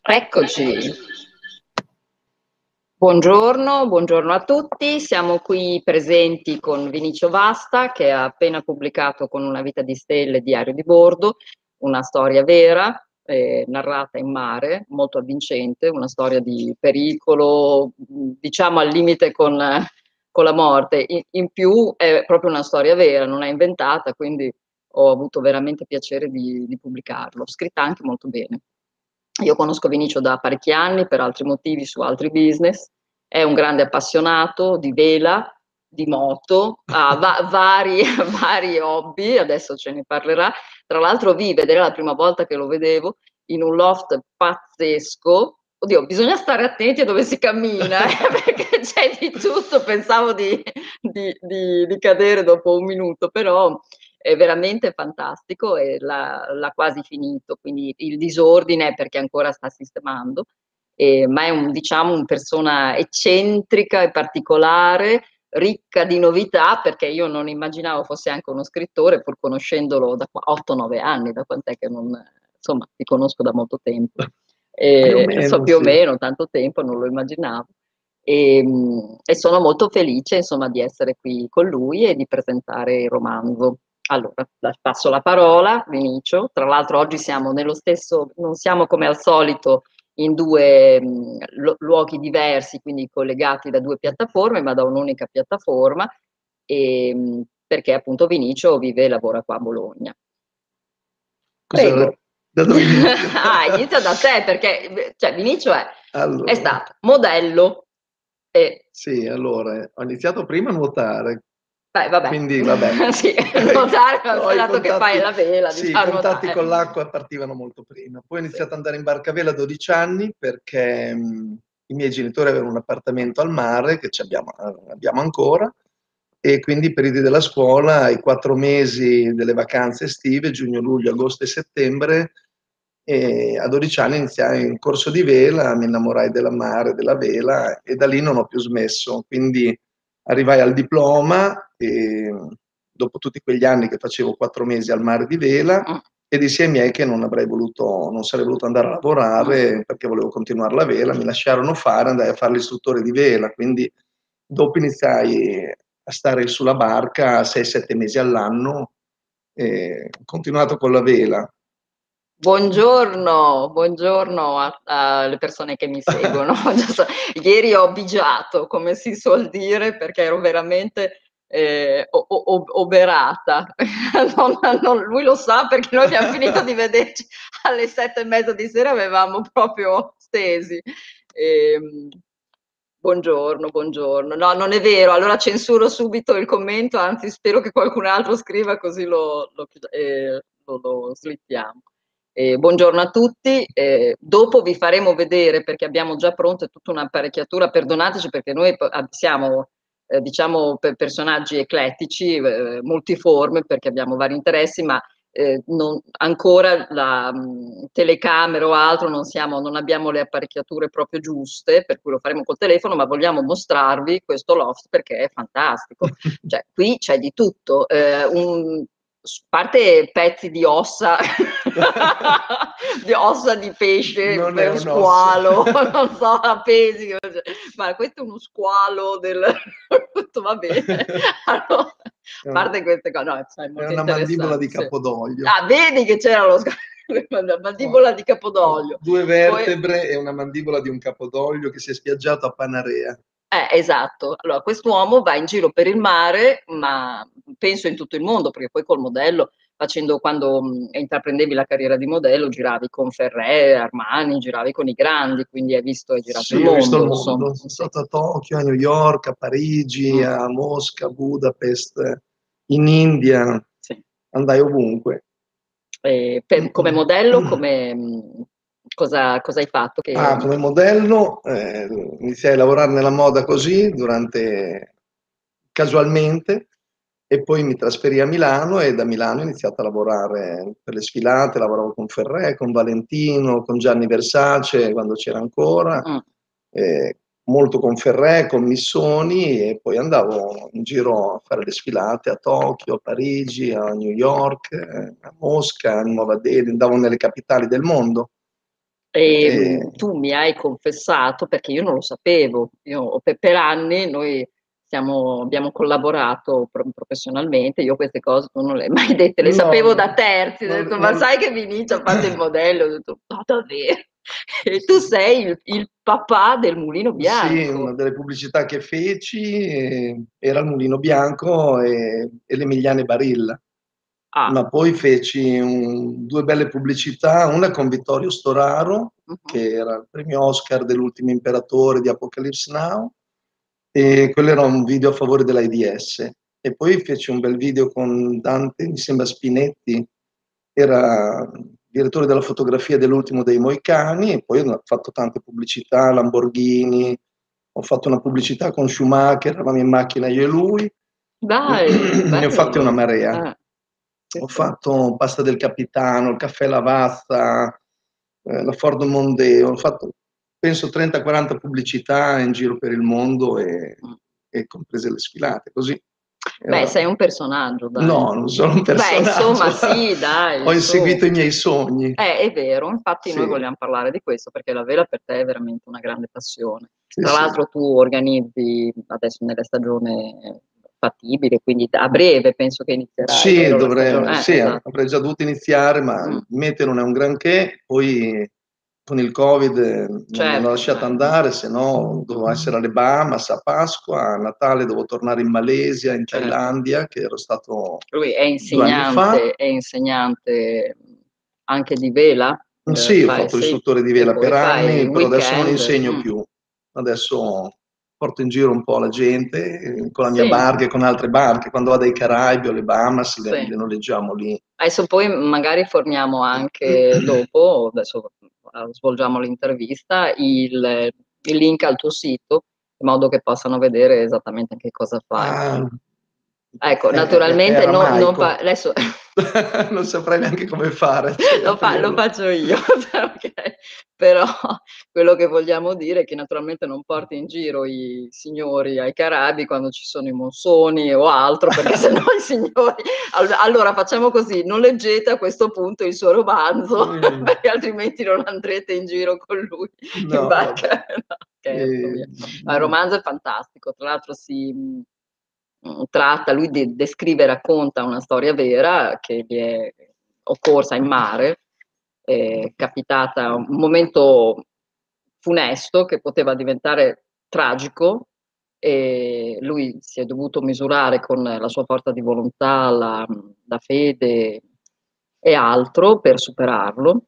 Eccoci. Buongiorno, buongiorno a tutti. Siamo qui presenti con Vinicio Vasta che ha appena pubblicato con Una vita di stelle Diario di bordo, una storia vera, narrata in mare, molto avvincente, una storia di pericolo, diciamo al limite con la morte. In più è proprio una storia vera, non è inventata, quindi ho avuto veramente piacere di pubblicarlo. Scritta anche molto bene. Io conosco Vinicio da parecchi anni per altri motivi, su altri business, è un grande appassionato di vela, di moto, ha vari, vari hobby, adesso ce ne parlerà. Tra l'altro vive, ed era la prima volta che lo vedevo, in un loft pazzesco. Oddio, bisogna stare attenti a dove si cammina, perché c'è di tutto, pensavo di cadere dopo un minuto, però è veramente fantastico e l'ha quasi finito, quindi il disordine è perché ancora sta sistemando, ma è diciamo, un persona eccentrica e particolare, ricca di novità, perché io non immaginavo fosse anche uno scrittore, pur conoscendolo da 8-9 anni, da quant'è che non, insomma, ti conosco da molto tempo. Più o So meno, più o sì. meno, tanto tempo, non lo immaginavo. E sono molto felice, insomma, di essere qui con lui e di presentare il romanzo. Allora, passo la parola, Vinicio. Tra l'altro oggi siamo nello stesso, non siamo come al solito in due luoghi diversi, quindi collegati da due piattaforme, ma da un'unica piattaforma, perché appunto Vinicio vive e lavora qua a Bologna. Cosa, Prego. da dove inizio? Ah, inizia da te perché cioè, Vinicio è Allora, stato modello e sì, allora, ho iniziato prima a nuotare, beh, vabbè, quindi vabbè. sì, nuotare, No, i dato che fai contatti, la vela, sì, i diciamo contatti nuotare. con l'acqua partivano molto prima. Poi ho Sì. iniziato ad andare in barcavela a 12 anni perché i miei genitori avevano un appartamento al mare che abbiamo ancora, e quindi i periodi della scuola, i 4 mesi delle vacanze estive, giugno, luglio, agosto e settembre, e a 12 anni iniziai un corso di vela, mi innamorai della mare, della vela, e da lì non ho più smesso. Quindi arrivai al diploma e dopo tutti quegli anni che facevo 4 mesi al mare di vela, Mm, e dissi ai miei che non sarei voluto andare a mm. lavorare perché volevo continuare la vela, mi lasciarono fare, andai a fare l'istruttore di vela, quindi dopo iniziai a stare sulla barca 6-7 mesi all'anno e ho continuato con la vela. Buongiorno, buongiorno alle persone che mi seguono. Ieri ho bigiato, come si suol dire, perché ero veramente oberata. Lui lo sa perché noi abbiamo finito di vederci alle 7:30 di sera, avevamo proprio stesi. Ehm, Buongiorno, buongiorno. No, non è vero, allora censuro subito il commento, anzi spero che qualcun altro scriva così lo slittiamo. Buongiorno a tutti, dopo vi faremo vedere perché abbiamo già pronta tutta un'apparecchiatura, perdonateci perché noi siamo diciamo personaggi eclettici, multiforme perché abbiamo vari interessi, ma ancora la telecamera o altro non abbiamo le apparecchiature proprio giuste, per cui lo faremo col telefono, ma vogliamo mostrarvi questo loft perché è fantastico. Cioè, qui c'è di tutto, parte pezzi di ossa, di ossa di pesce, Non è un osso. squalo, non so, a pesi, ma questo è uno squalo del... va bene. Allora, a È un- parte queste cose, no, è è molto una mandibola interessante. di Sì. Capodoglio. Ah, vedi che c'era la mandibola di Ho Capodoglio. due Poi, vertebre e una mandibola di un capodoglio che si è spiaggiato a Panarea. esatto. Allora, quest'uomo va in giro per il mare, ma penso in tutto il mondo, perché poi col modello, quando intraprendevi la carriera di modello, giravi con Ferré, Armani, giravi con i grandi, quindi hai girato il Sì, ho visto il mondo, insomma. mondo. Sono Sì. stato a Tokyo, a New York, a Parigi, Mm, a Mosca, a Budapest, in India, sì. andai ovunque. Come modello, cosa hai fatto? Ah, come modello, iniziai a lavorare nella moda così, casualmente, e poi mi trasferì a Milano e da Milano ho iniziato a lavorare per le sfilate, lavoravo con Ferré, con Valentino, con Gianni Versace quando c'era ancora, Mm. molto con Ferré, con Missoni, e poi andavo in giro a fare le sfilate a Tokyo, a Parigi, a New York, a Mosca, a Nuova Delhi, andavo nelle capitali del mondo. E Tu mi hai confessato, perché io non lo sapevo, io per anni noi abbiamo collaborato professionalmente, io queste cose tu non le hai mai dette, le no, sapevo da terzi, ho non, detto, ma non- sai che Vinicio ha fatto il modello? Ho detto, no, davvero? E tu sei il papà del Mulino Sì, una Bianco. delle pubblicità che feci era il Mulino Bianco e l'Emiliane Barilla. Ah, Ma poi feci due belle pubblicità, una con Vittorio Storaro, mhm. che era il premio Oscar dell'ultimo imperatore di Apocalypse Now, e quello era un video a favore dell'AIDS. E poi feci un bel video con Dante, mi sembra Spinetti, era direttore della fotografia dell'ultimo dei Moicani, e poi ho fatto tante pubblicità, Lamborghini, ho fatto una pubblicità con Schumacher, eravamo in macchina io e lui, Dai, ne ho fatte una bello. marea. Sì, Ho sì. fatto Pasta del Capitano, il Caffè Lavazza, la Ford Mondeo, ho fatto penso 30-40 pubblicità in giro per il mondo Mm. e comprese le sfilate, così. Beh, Era... sei un personaggio, dai. No, non sono un Beh, personaggio, insomma, sì, dai, ho su. inseguito i miei sogni. È vero, infatti noi Sì, vogliamo parlare di questo perché la vela per te è veramente una grande passione. sì, Tra sì. l'altro tu organizzi adesso nelle stagioni fattibili, quindi a breve penso che inizierai, Sì, vero, la stagione? sì, Esatto. avrei già dovuto iniziare, ma Mm, il meteo non è un granché, poi con il Covid non mi hanno certo, lasciato andare, se no mm, dovevo essere alle Bahamas a Pasqua, a Natale dovevo tornare in Malesia, in certo. Thailandia, che ero stato Lui 2 anni fa. è insegnante anche di vela, Sì, ho fai, fatto sì, l'istruttore di e vela per poi fai anni, però adesso non weekend. insegno più. Adesso porto in giro un po' la gente con la mia Sì, barca e con altre barche. Quando vado ai Caraibi o alle Bahamas sì. le noleggiamo lì. Adesso poi magari forniamo anche dopo, adesso svolgiamo l'intervista, il link al tuo sito, in modo che possano vedere esattamente anche cosa fai. Ah, Ecco, è naturalmente aramaico. adesso Non saprei neanche come fare a lo aprirlo. faccio io, ok? Però quello che vogliamo dire è che naturalmente non porti in giro i signori ai Caraibi quando ci sono i monsoni o altro, perché sennò i signori... Allora facciamo così, non leggete a questo punto il suo romanzo, Mm, perché altrimenti non andrete in giro con lui in no, vabbè. barca. No, scherzo, Eh, via. Ma il romanzo è fantastico, tra l'altro tratta, lui descrive e racconta una storia vera che gli è occorsa in mare, è capitata un momento funesto che poteva diventare tragico e lui si è dovuto misurare con la sua forza di volontà, la fede e altro per superarlo.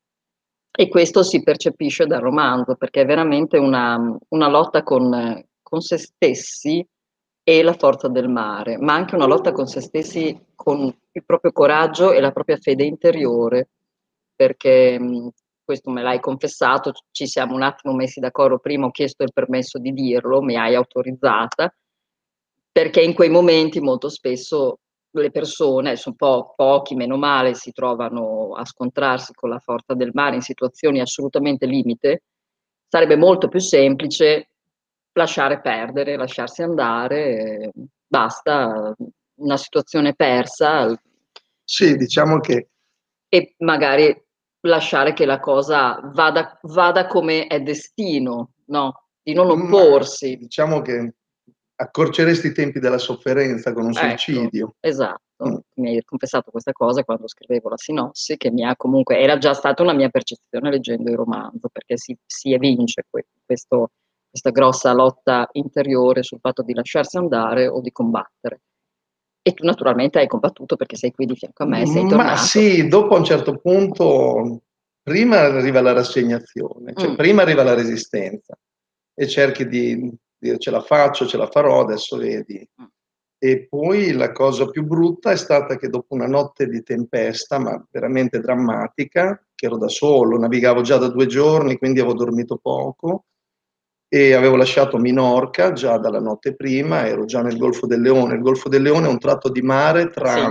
E questo si percepisce dal romanzo, perché è veramente una lotta con se stessi e la forza del mare, ma anche una lotta con se stessi, con il proprio coraggio e la propria fede interiore, perché questo me l'hai confessato, ci siamo un attimo messi d'accordo, prima ho chiesto il permesso di dirlo, mi hai autorizzata, perché in quei momenti molto spesso le persone, sono pochi, meno male, si trovano a scontrarsi con la forza del mare in situazioni assolutamente limite, sarebbe molto più semplice lasciare perdere, lasciarsi andare, basta, una situazione persa sì, diciamo che e magari lasciare che la cosa vada come è destino, no? Di non Ma opporsi. diciamo che accorceresti i tempi della sofferenza con un Ecco, suicidio. Mm. esatto. Mi hai confessato questa cosa quando scrivevo la sinossi, che mi ha comunque, era già stata una mia percezione leggendo il romanzo, perché si evince questa grossa lotta interiore sul fatto di lasciarsi andare o di combattere. E tu naturalmente hai combattuto perché sei qui di fianco a me, sei Ma tornato. sì, dopo a un certo punto, prima arriva la rassegnazione, cioè Mm, prima arriva la resistenza e cerchi di dire ce la faccio, ce la farò, adesso vedi. mm. E poi la cosa più brutta è stata che dopo una notte di tempesta, ma veramente drammatica, che ero da solo, navigavo già da 2 giorni, quindi avevo dormito poco e avevo lasciato Minorca già dalla notte prima, ero già nel Golfo del Leone. Il Golfo del Leone è un tratto di mare tra Sì,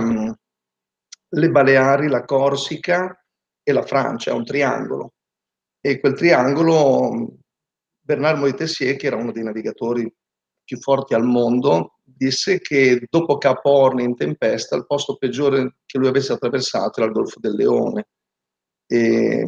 le Baleari, la Corsica e la Francia, è un triangolo. E quel triangolo, Bernard Moitessier, che era uno dei navigatori più forti al mondo, disse che dopo Capo Horn in tempesta il posto peggiore che lui avesse attraversato era il Golfo del Leone. E,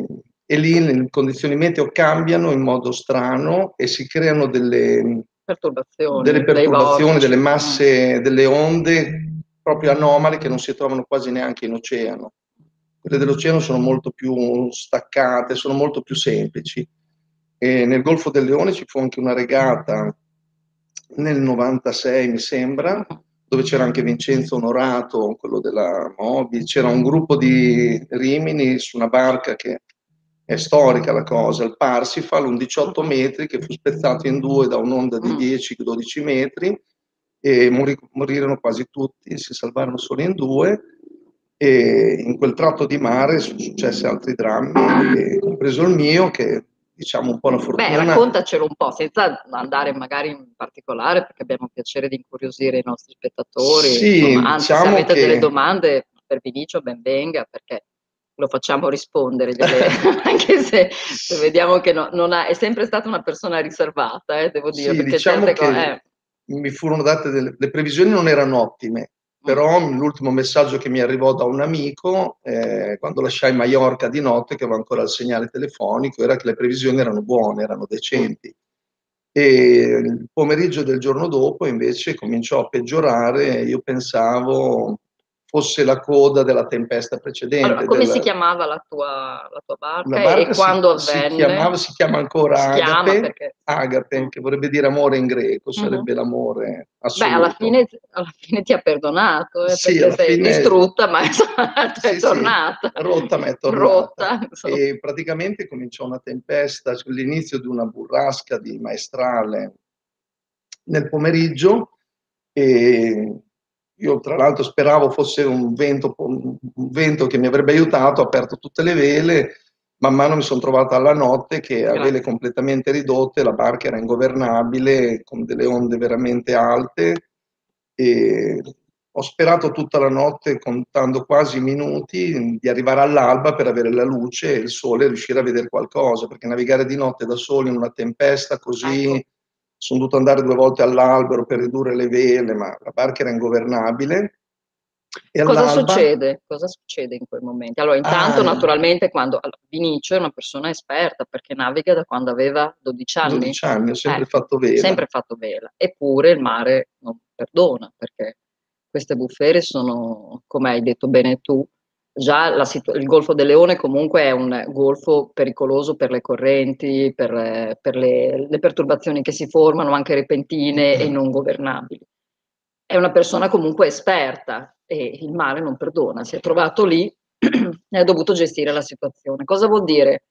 e lì le condizioni meteo cambiano in modo strano e si creano delle Perturbazioni, dei perturbazioni, delle vortici. masse, delle onde proprio anomale che non si trovano quasi neanche in oceano. Quelle dell'oceano sono molto più staccate, sono molto più semplici. E nel Golfo del Leone ci fu anche una regata nel 96, mi sembra, dove c'era anche Vincenzo Onorato, quello della Moby, c'era un gruppo di Rimini su una barca che è storica la cosa, il Parsifal, un 18 metri che fu spezzato in due da un'onda di 10-12 metri e morirono quasi tutti, si salvarono solo in due e in quel tratto di mare sono successi altri drammi, compreso il mio, che diciamo un po' la Beh, fortuna. raccontacelo un po', senza andare magari in particolare, perché abbiamo piacere di incuriosire i nostri spettatori. Sì, Insomma, anzi, se diciamo avete delle che domande per Vinicio, ben venga, perché lo facciamo rispondere, anche se vediamo che è sempre stata una persona riservata, devo dire, sì, perché diciamo certe che cose... mi furono date le previsioni non erano ottime, però l'ultimo messaggio che mi arrivò da un amico, quando lasciai Maiorca di notte, che avevo ancora il segnale telefonico, era che le previsioni erano buone, erano decenti. E il pomeriggio del giorno dopo invece cominciò a peggiorare, io pensavo fosse la coda della tempesta Allora, precedente. come si chiamava la tua La barca e barca quando si avvenne? chiama ancora Si chiama Agape, perché... Agape, che vorrebbe dire amore in greco, Mhm. sarebbe l'amore Beh, assoluto. alla fine ti ha perdonato, Sì, perché alla sei fine, distrutta, ma insomma, è sì, sì, tornata, rotta ma è tornata. rotta, insomma. E praticamente cominciò una tempesta sull'inizio di una burrasca di maestrale nel pomeriggio e io tra l'altro speravo fosse un vento che mi avrebbe aiutato, ho aperto tutte le vele, man mano mi sono trovato alla notte che a vele Grazie. completamente ridotte la barca era ingovernabile, con delle onde veramente alte e ho sperato tutta la notte, contando quasi i minuti, di arrivare all'alba per avere la luce e il sole e riuscire a vedere qualcosa, perché navigare di notte da soli in una tempesta così, Ecco, sono dovuto andare 2 volte all'albero per ridurre le vele, ma la barca era ingovernabile. E cosa all'alba, succede? Cosa succede in quei momenti? Allora, intanto, ah, naturalmente, allora, Vinicio è una persona esperta perché naviga da quando aveva 12 anni, 12 anni, ho sempre fatto vela. sempre fatto vela, eppure il mare non perdona perché queste bufere sono, come hai detto bene tu, già il Golfo del Leone comunque è un golfo pericoloso per le correnti, per le perturbazioni che si formano, anche repentine e non governabili. È una persona comunque esperta e il mare non perdona, si è trovato lì e ha dovuto gestire la situazione. Cosa vuol dire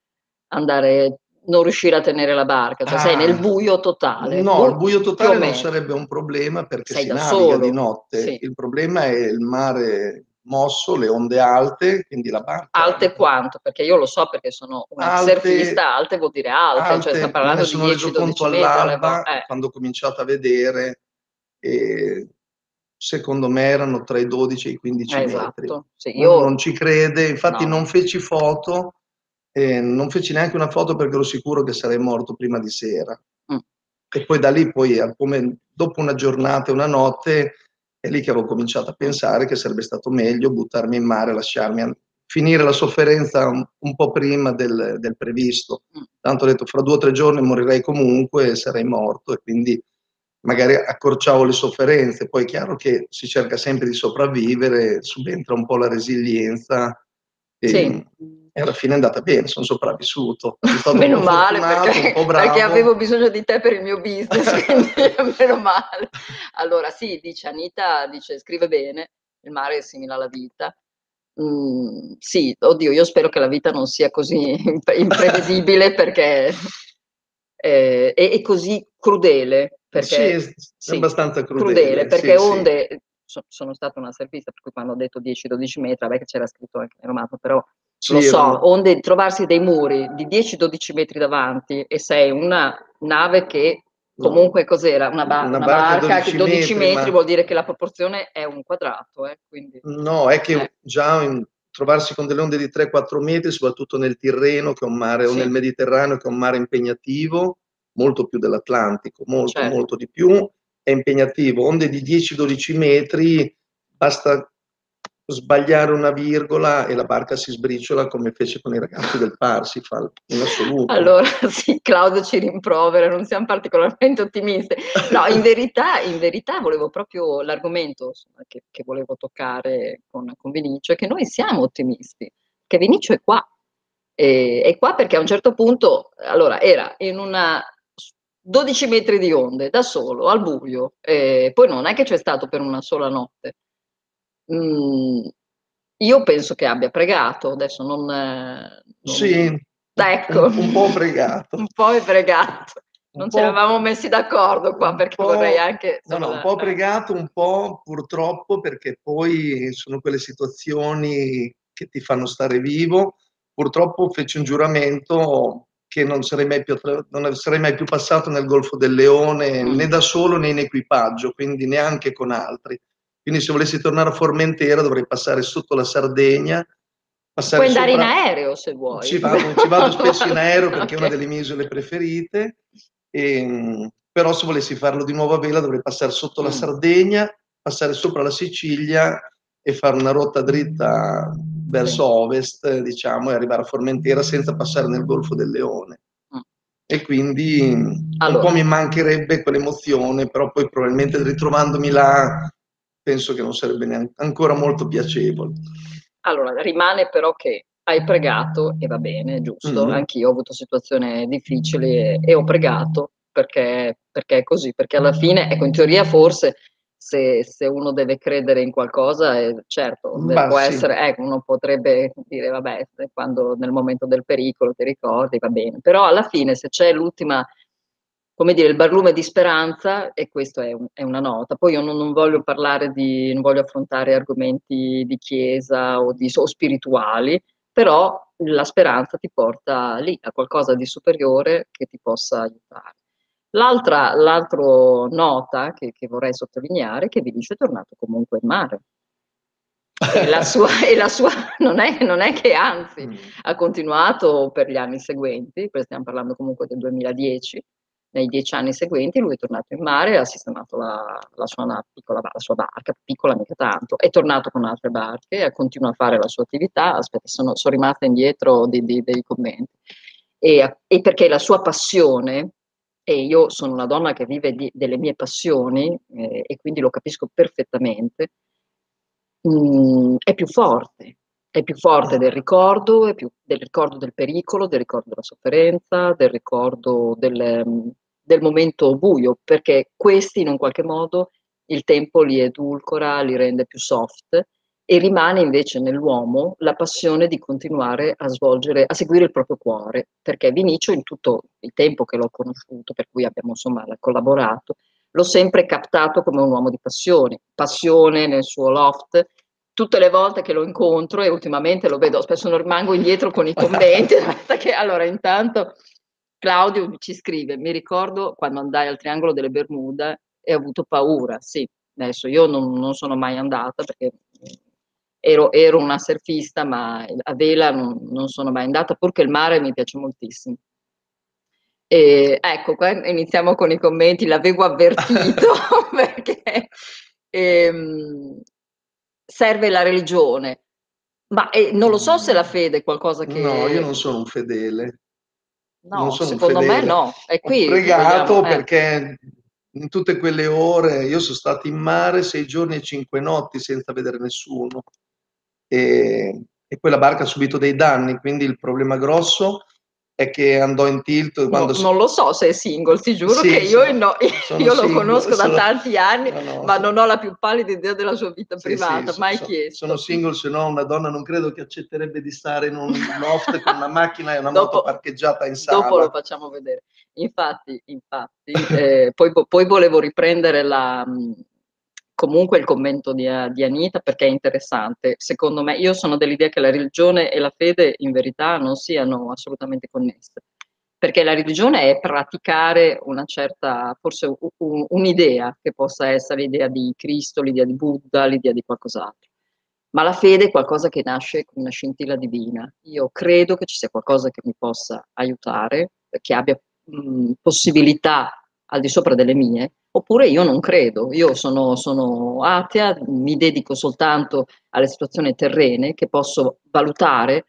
non riuscire a tenere la barca? Cioè sei nel Ah, buio totale, no, il buio più o totale non meno, sarebbe un problema perché sei si da naviga di solo, notte. sì. Il problema è il mare mosso, le onde alte, quindi la barca Alte quanto? Perché io lo so perché sono una alte, surfista, alte vuol dire alte, cioè stiamo alte, me ne parlando di sono reso conto 10-12 metri all'alba quando ho cominciato a vedere e secondo me erano tra i 12 e i 15 metri. esatto, sì, Uno non io ci crede, infatti no, non no. feci foto, non feci neanche una foto perché ero sicuro che sarei morto prima di sera. Mm. E poi da lì, poi, dopo una giornata e una notte, è lì che avevo cominciato a pensare che sarebbe stato meglio buttarmi in mare, finire la sofferenza un po' prima del previsto. Mm. Tanto ho detto, fra 2 o 3 giorni morirei comunque e sarei morto e quindi magari accorciavo le sofferenze. Poi è chiaro che si cerca sempre di sopravvivere, subentra un po' la resilienza Sì. e alla fine è andata bene, sono sopravvissuto. Sono stato un Meno po' male fortunato, un po' perché bravo. avevo bisogno di te per il mio business, quindi meno male. Allora sì, dice Anita, scrive bene, il mare è simile alla vita. Sì, oddio, io spero che la vita non sia così imprevedibile perché è così crudele, Sì, perché è sì, abbastanza crudele, crudele, perché sì, sì. onde, sono stata una servizia, per cui quando ho detto 10-12 metri, vabbè che c'era scritto anche nel romanzo, però lo Sì, so, erano onde trovarsi dei muri di 10-12 metri davanti e sei una nave che no, comunque cos'era? una Una barca di barca che 12 12 metri, metri ma vuol dire che la proporzione è un quadrato, quindi no, è eh, che già trovarsi con delle onde di 3-4 metri, soprattutto nel Tirreno, che è un mare, o nel sì, Mediterraneo, che è un mare impegnativo, molto più dell'Atlantico, molto, certo. molto di più, è impegnativo. Onde di 10-12 metri, basta sbagliare una virgola e la barca si sbriciola come fece con i ragazzi del Parsifal, in assoluto. Allora sì, Claudio ci rimprovera, non siamo particolarmente ottimisti. No, in verità volevo proprio l'argomento che volevo toccare con Vinicio è che noi siamo ottimisti, che Vinicio è qua. È qua perché a un certo punto, allora, era in una 12 metri di onde, da solo, al buio, e poi non è che c'è stato per una sola notte. Mm, io penso che abbia pregato, adesso Sì, ecco, un po' pregato. un po' è pregato. Un Non ci po', eravamo messi d'accordo qua un perché vorrei po', anche, no, insomma, no, un po' pregato, un po' purtroppo perché poi sono quelle situazioni che ti fanno stare vivo. Purtroppo feci un giuramento che non sarei mai più passato nel Golfo del Leone né da solo né in equipaggio, quindi neanche con altri. Quindi se volessi tornare a Formentera dovrei passare sotto la Sardegna, puoi passare andare in sopra. aereo se vuoi. Ci vado spesso in aereo perché è una Ok. delle mie isole preferite, però se volessi farlo di nuovo a vela dovrei passare sotto la Sardegna, passare sopra la Sicilia e fare una rotta dritta verso ovest, diciamo, e arrivare a Formentera senza passare nel Golfo del Leone. Mm. E quindi un po' Allora, mi mancherebbe quell'emozione, però poi probabilmente ritrovandomi là penso che non sarebbe neanche ancora molto piacevole. allora, rimane però che hai pregato e va bene, giusto? Mm. Anch'io ho avuto situazioni difficili e ho pregato perché è così, perché alla fine, ecco, in teoria forse se uno deve credere in qualcosa, certo, Bah, può sì. essere, ecco, uno potrebbe dire, vabbè, quando nel momento del pericolo ti ricordi, va bene, però alla fine se c'è l'ultima, come dire, il barlume di speranza, e questo è una nota. Poi io non voglio parlare non voglio affrontare argomenti di chiesa o spirituali, però la speranza ti porta lì, a qualcosa di superiore che ti possa aiutare. L'altro nota che vorrei sottolineare è che Vinicio è tornato comunque in mare. E la sua non è che anzi ha continuato per gli anni seguenti, perché stiamo parlando comunque del 2010, nei 10 anni seguenti lui è tornato in mare, ha sistemato la sua barca, piccola mica tanto, è tornato con altre barche, continua a fare la sua attività. Aspetta, sono rimasta indietro dei commenti. E perché la sua passione, e io sono una donna che vive delle mie passioni, e quindi lo capisco perfettamente, è più forte del ricordo, è più del ricordo del pericolo, del ricordo della sofferenza, del ricordo del momento buio, perché questi in un qualche modo il tempo li edulcora, li rende più soft e rimane invece nell'uomo la passione di continuare a svolgere, a seguire il proprio cuore, perché Vinicio in tutto il tempo che l'ho conosciuto, per cui abbiamo insomma collaborato, l'ho sempre captato come un uomo di passioni, passione nel suo loft. Tutte le volte che lo incontro e ultimamente lo vedo, spesso non rimango indietro con i commenti, che allora intanto Claudio ci scrive, mi ricordo quando andai al Triangolo delle Bermuda e ho avuto paura, sì, adesso io non sono mai andata perché ero una surfista, ma a vela non sono mai andata, purché il mare mi piace moltissimo. E ecco, qua iniziamo con i commenti, l'avevo avvertito perché ehm, serve la religione, ma non lo so se la fede è qualcosa No, io che... non sono un fedele, non No, sono un secondo me fedele. no, è Ho qui che vogliamo... pregato perché in tutte quelle ore io sono stato in mare 6 giorni e 5 notti senza vedere nessuno e poi la barca ha subito dei danni, quindi il problema grosso è che andò in tilt No, quando non lo so se è single, ti giuro che sì, sono io lo single, conosco da tanti anni, no, no, ma non ho la più pallida idea della sua vita sì, sì, privata, mai sono chiesto. single, se no una donna non credo che accetterebbe di stare in un loft con una macchina e una moto Dopo, parcheggiata in dopo lo sala. facciamo vedere. Infatti, poi volevo riprendere comunque il commento di Anita perché è interessante. Secondo me, io sono dell'idea che la religione e la fede in verità non siano assolutamente connesse, perché la religione è praticare una certa, forse un'idea che possa essere l'idea di Cristo, l'idea di Buddha, l'idea di qualcos'altro. Ma la fede è qualcosa che nasce come una scintilla divina. Io credo che ci sia qualcosa che mi possa aiutare, che abbia possibilità al di sopra delle mie, oppure io non credo, io sono atea, mi dedico soltanto alle situazioni terrene che posso valutare.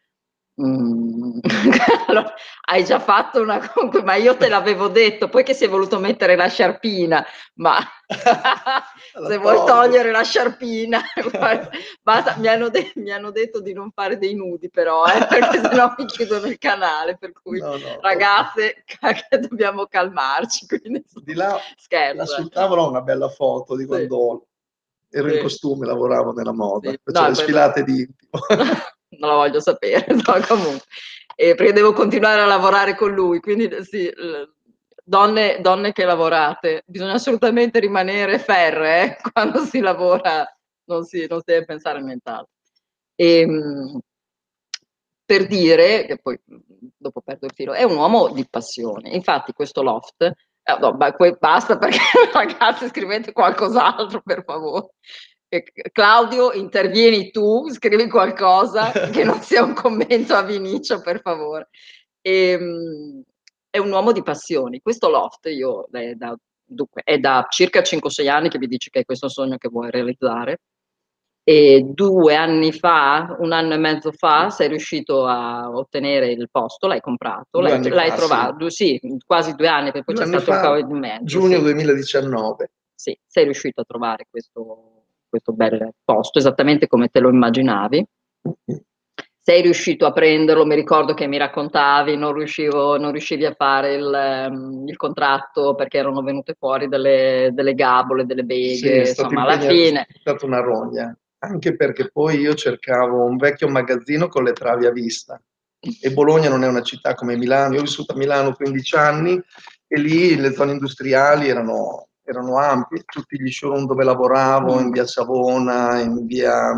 Allora, hai già fatto una ma io te l'avevo detto, poi che si è voluto mettere la sciarpina, ma La se vuoi tolgo. togliere la sciarpina, basta, mi hanno detto di non fare dei nudi però, perché sennò mi chiudono il canale, per cui No, no, ragazze, dobbiamo calmarci, quindi di là scherzo. sul tavolo ho una bella foto di Sì, quando ero in sì, costume, lavoravo nella moda, sì. facevo No, le sfilate di intimo. non la voglio sapere, no, comunque. Perché devo continuare a lavorare con lui, quindi sì, donne che lavorate, bisogna assolutamente rimanere ferree, quando si lavora, non si deve pensare a nient'altro. Ehm, per dire, che poi dopo perdo il filo, è un uomo di passione. Infatti questo loft, no, poi basta perché ragazzi scrivete qualcos'altro per favore. Claudio, intervieni tu, scrivi qualcosa che non sia un commento a Vinicio, per favore. Ehm, è un uomo di passioni. Questo loft io dunque, è da circa 5-6 anni che mi dici che è questo sogno che vuoi realizzare. E 2 anni fa, 1 anno e mezzo fa, sei riuscito a ottenere il posto, l'hai comprato, 2 l'hai anni l'hai fa, sì. trovato, sì, quasi 2 anni, perché poi 2 c'è anni stato il fa, Covid in mezzo, giugno sì. 2019. Sì, sei riuscito a trovare questo bel posto, esattamente come te lo immaginavi. Sei riuscito a prenderlo, mi ricordo che mi raccontavi, non riuscivi a fare il contratto perché erano venute fuori delle gabole, delle Sì, è beghe, stato insomma alla fine. è stata una rogna, anche perché poi io cercavo un vecchio magazzino con le travi a vista e Bologna non è una città come Milano. Io ho vissuto a Milano 15 anni e lì le zone industriali erano ampie, tutti gli showroom dove lavoravo, in via Savona, in via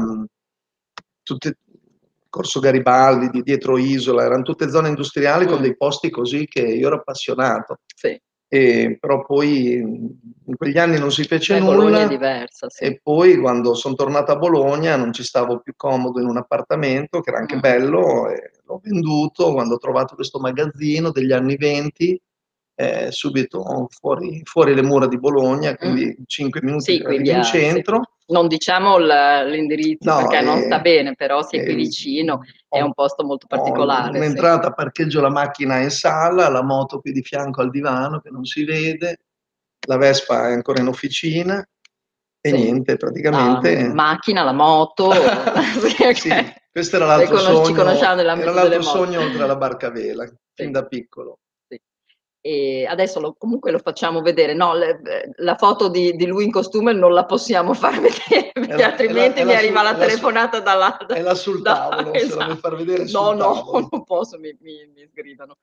Corso Garibaldi, dietro Isola, erano tutte zone industriali con dei posti così che io ero appassionato. Sì. Però poi in quegli anni non si fece Bologna è nulla diversa, sì. e poi quando sono tornato a Bologna non ci stavo più comodo in un appartamento che era anche bello e l'ho venduto quando ho trovato questo magazzino degli anni '20, subito fuori le mura di Bologna, quindi 5 minuti Sì, che arrivi in sì. centro. Non diciamo l'indirizzo No, perché non sta bene, però sei qui e vicino, è un ho, posto molto ho particolare, sì. un'entrata, parcheggio la macchina in sala, la moto qui di fianco al divano che non si vede, la Vespa è ancora in officina e Sì. niente, La praticamente. macchina, la moto, sì, Sì, okay. questo era l'altro Ci sogno, conosciamo era nell'ambito delle l'altro moto. sogno oltre alla barca a vela, fin Sì, da piccolo. sì. E adesso comunque lo facciamo vedere. No, la foto di lui in costume non la possiamo far vedere, perché altrimenti mi arriva la telefonata è là sul tavolo, se la vuoi esatto. far vedere è No, sul no, tavolo. non posso, mi sgridano.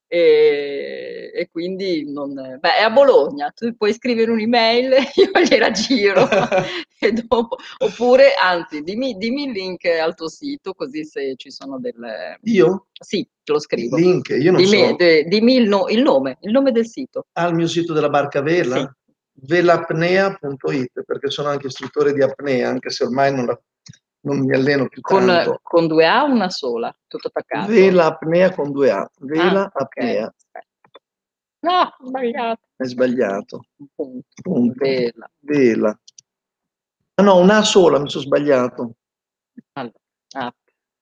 E quindi beh, è a Bologna, tu puoi scrivere un'email, io gliela giro e dopo, oppure anzi, dimmi il link al tuo sito, così se ci sono delle. Io? Sì, te lo Il scrivo. link, io non so. Dimmi il nome del sito. Al mio sito della barca a vela? Sì, velapnea.it, perché sono anche istruttore di apnea, anche se ormai non mi alleno più tanto. con 2 A o una sola, tutto attaccato? Vela apnea con 2 A, Ah, vela ok. apnea, Aspetta. No, sbagliato. è sbagliato. Punto. Punto. Vela. Vela. Ah no, una sola, mi sono sbagliato. Allora,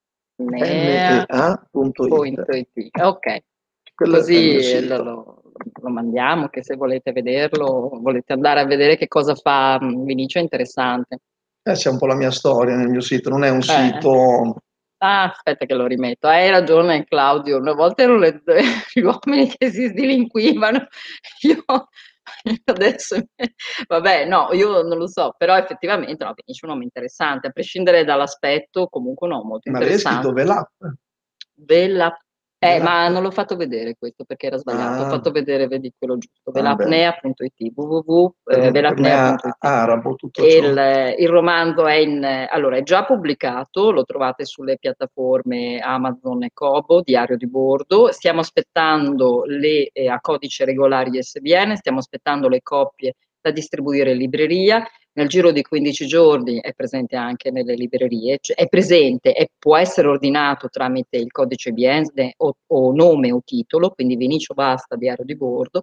nea.it. apnea.it. Ok, Quello è il mio così sito. lo mandiamo, che se volete vederlo, volete andare a vedere che cosa fa Vinicio, è interessante. C'è un po' la mia storia nel mio sito, non è un Eh. sito. Ah, aspetta che lo rimetto. Hai ragione Claudio, una volta erano gli uomini che si sdilinquivano, io adesso vabbè, no, io non lo so, però effettivamente no, Vinicio è un uomo interessante, a prescindere dall'aspetto, comunque un uomo molto Ma lei ha scritto interessante. Velap? Vela Velap. ma non l'ho fatto vedere questo perché era sbagliato, ho Ah, fatto vedere, vedi quello giusto, vabbè. velapnea.it, Per me è www.velapnea.it. arabo tutto E ciò. il romanzo allora, è già pubblicato, lo trovate sulle piattaforme Amazon e Kobo, Diario di bordo. Stiamo aspettando a codice regolare ISBN, stiamo aspettando le copie da distribuire in libreria. Nel giro di 15 giorni è presente anche nelle librerie, cioè è presente e può essere ordinato tramite il codice ISBN o nome o titolo, quindi Vinicio Basta, Diario di bordo.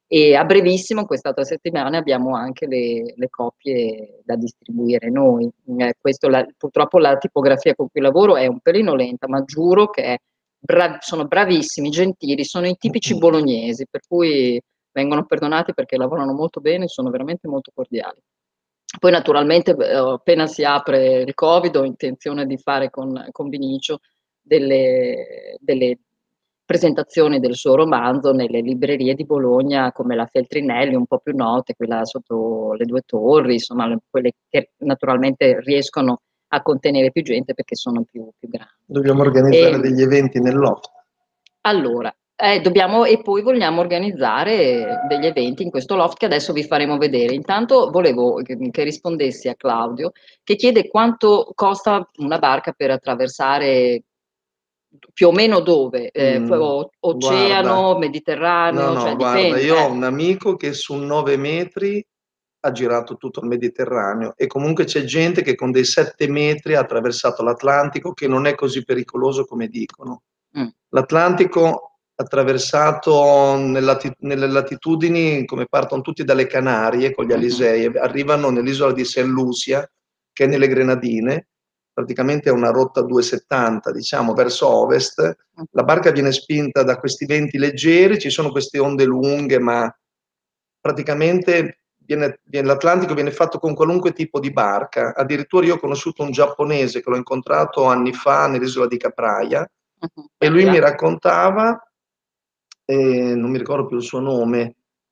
E a brevissimo, quest'altra settimana, abbiamo anche le copie da distribuire noi. Purtroppo la tipografia con cui lavoro è un pelino lenta, ma giuro che sono bravissimi, gentili, sono i tipici bolognesi, per cui vengono perdonati perché lavorano molto bene, sono veramente molto cordiali. Poi naturalmente appena si apre il Covid ho intenzione di fare con Vinicio delle presentazioni del suo romanzo nelle librerie di Bologna come la Feltrinelli, un po' più note, quella sotto le Due Torri, insomma quelle che naturalmente riescono a contenere più gente perché sono più grandi. Dobbiamo organizzare degli eventi nel loft. Allora, e poi vogliamo organizzare degli eventi in questo loft che adesso vi faremo vedere. Intanto volevo che rispondessi a Claudio, che chiede quanto costa una barca per attraversare più o meno dove? Guarda, Oceano, Mediterraneo, cioè guarda, dipende. io ho un amico che su 9 metri ha girato tutto il Mediterraneo e comunque c'è gente che con dei 7 metri ha attraversato l'Atlantico, che non è così pericoloso come dicono. Mm. L'Atlantico attraversato nelle latitudini, come partono tutti dalle Canarie con gli Alisei, arrivano nell'isola di Saint Lucia, che è nelle Grenadine, praticamente è una rotta 270, diciamo, verso ovest. La barca viene spinta da questi venti leggeri, ci sono queste onde lunghe, ma praticamente l'Atlantico viene fatto con qualunque tipo di barca. Addirittura io ho conosciuto un giapponese che l'ho incontrato anni fa nell'isola di Capraia e lui mi raccontava, non mi ricordo più il suo nome,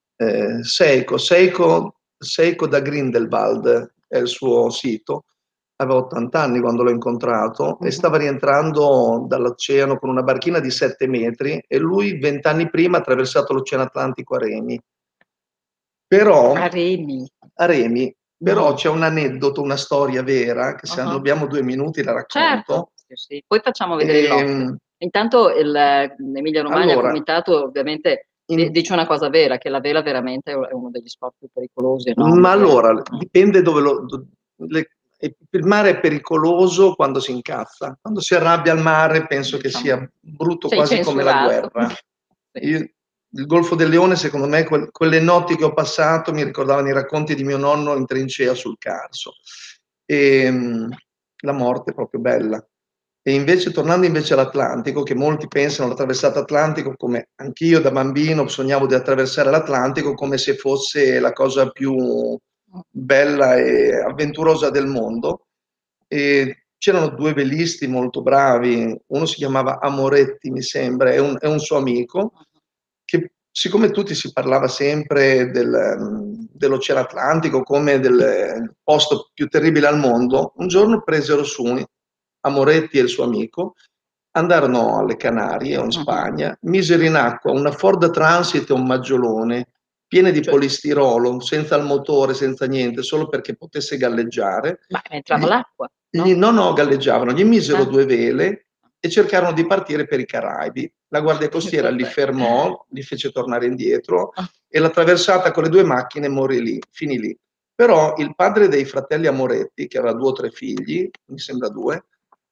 Seiko da Grindelwald è il suo sito. Aveva 80 anni quando l'ho incontrato e stava rientrando dall'oceano con una barchina di 7 metri e lui 20 anni prima ha attraversato l'Oceano Atlantico a remi. Però, a remi, però c'è un aneddoto, una storia vera, che se abbiamo 2 minuti la racconto. Certo, sì. Poi facciamo vedere il loft. Intanto l'Emilia Romagna Allora, Comitato ovviamente dice una cosa vera, che la vela veramente è uno degli sport più pericolosi. Ma allora, dipende dove il mare è pericoloso quando si incazza. Quando si arrabbia al mare penso che sia brutto quasi come la guerra. Il Golfo del Leone, secondo me, quelle notti che ho passato mi ricordavano i racconti di mio nonno in trincea sul Carso. La morte è proprio bella. E invece, tornando invece all'Atlantico, che molti pensano alla traversata Atlantico, come anch'io da bambino sognavo di attraversare l'Atlantico come se fosse la cosa più bella e avventurosa del mondo. E c'erano 2 velisti molto bravi, uno si chiamava Amoretti, mi sembra, è un suo amico, che siccome tutti si parlava sempre dell'Oceano Atlantico come del posto più terribile al mondo, un giorno presero su Amoretti e il suo amico, andarono alle Canarie o in Spagna, misero in acqua una Ford Transit e un maggiolone piene di polistirolo, senza il motore, senza niente, solo perché potesse galleggiare. Ma entrava l'acqua? No, galleggiavano, gli misero 2 vele e cercarono di partire per i Caraibi. La Guardia Costiera li fermò, li fece tornare indietro e la traversata con le 2 macchine morì lì, finì lì. Però il padre dei fratelli Amoretti, che aveva 2 o 3 figli, mi sembra 2,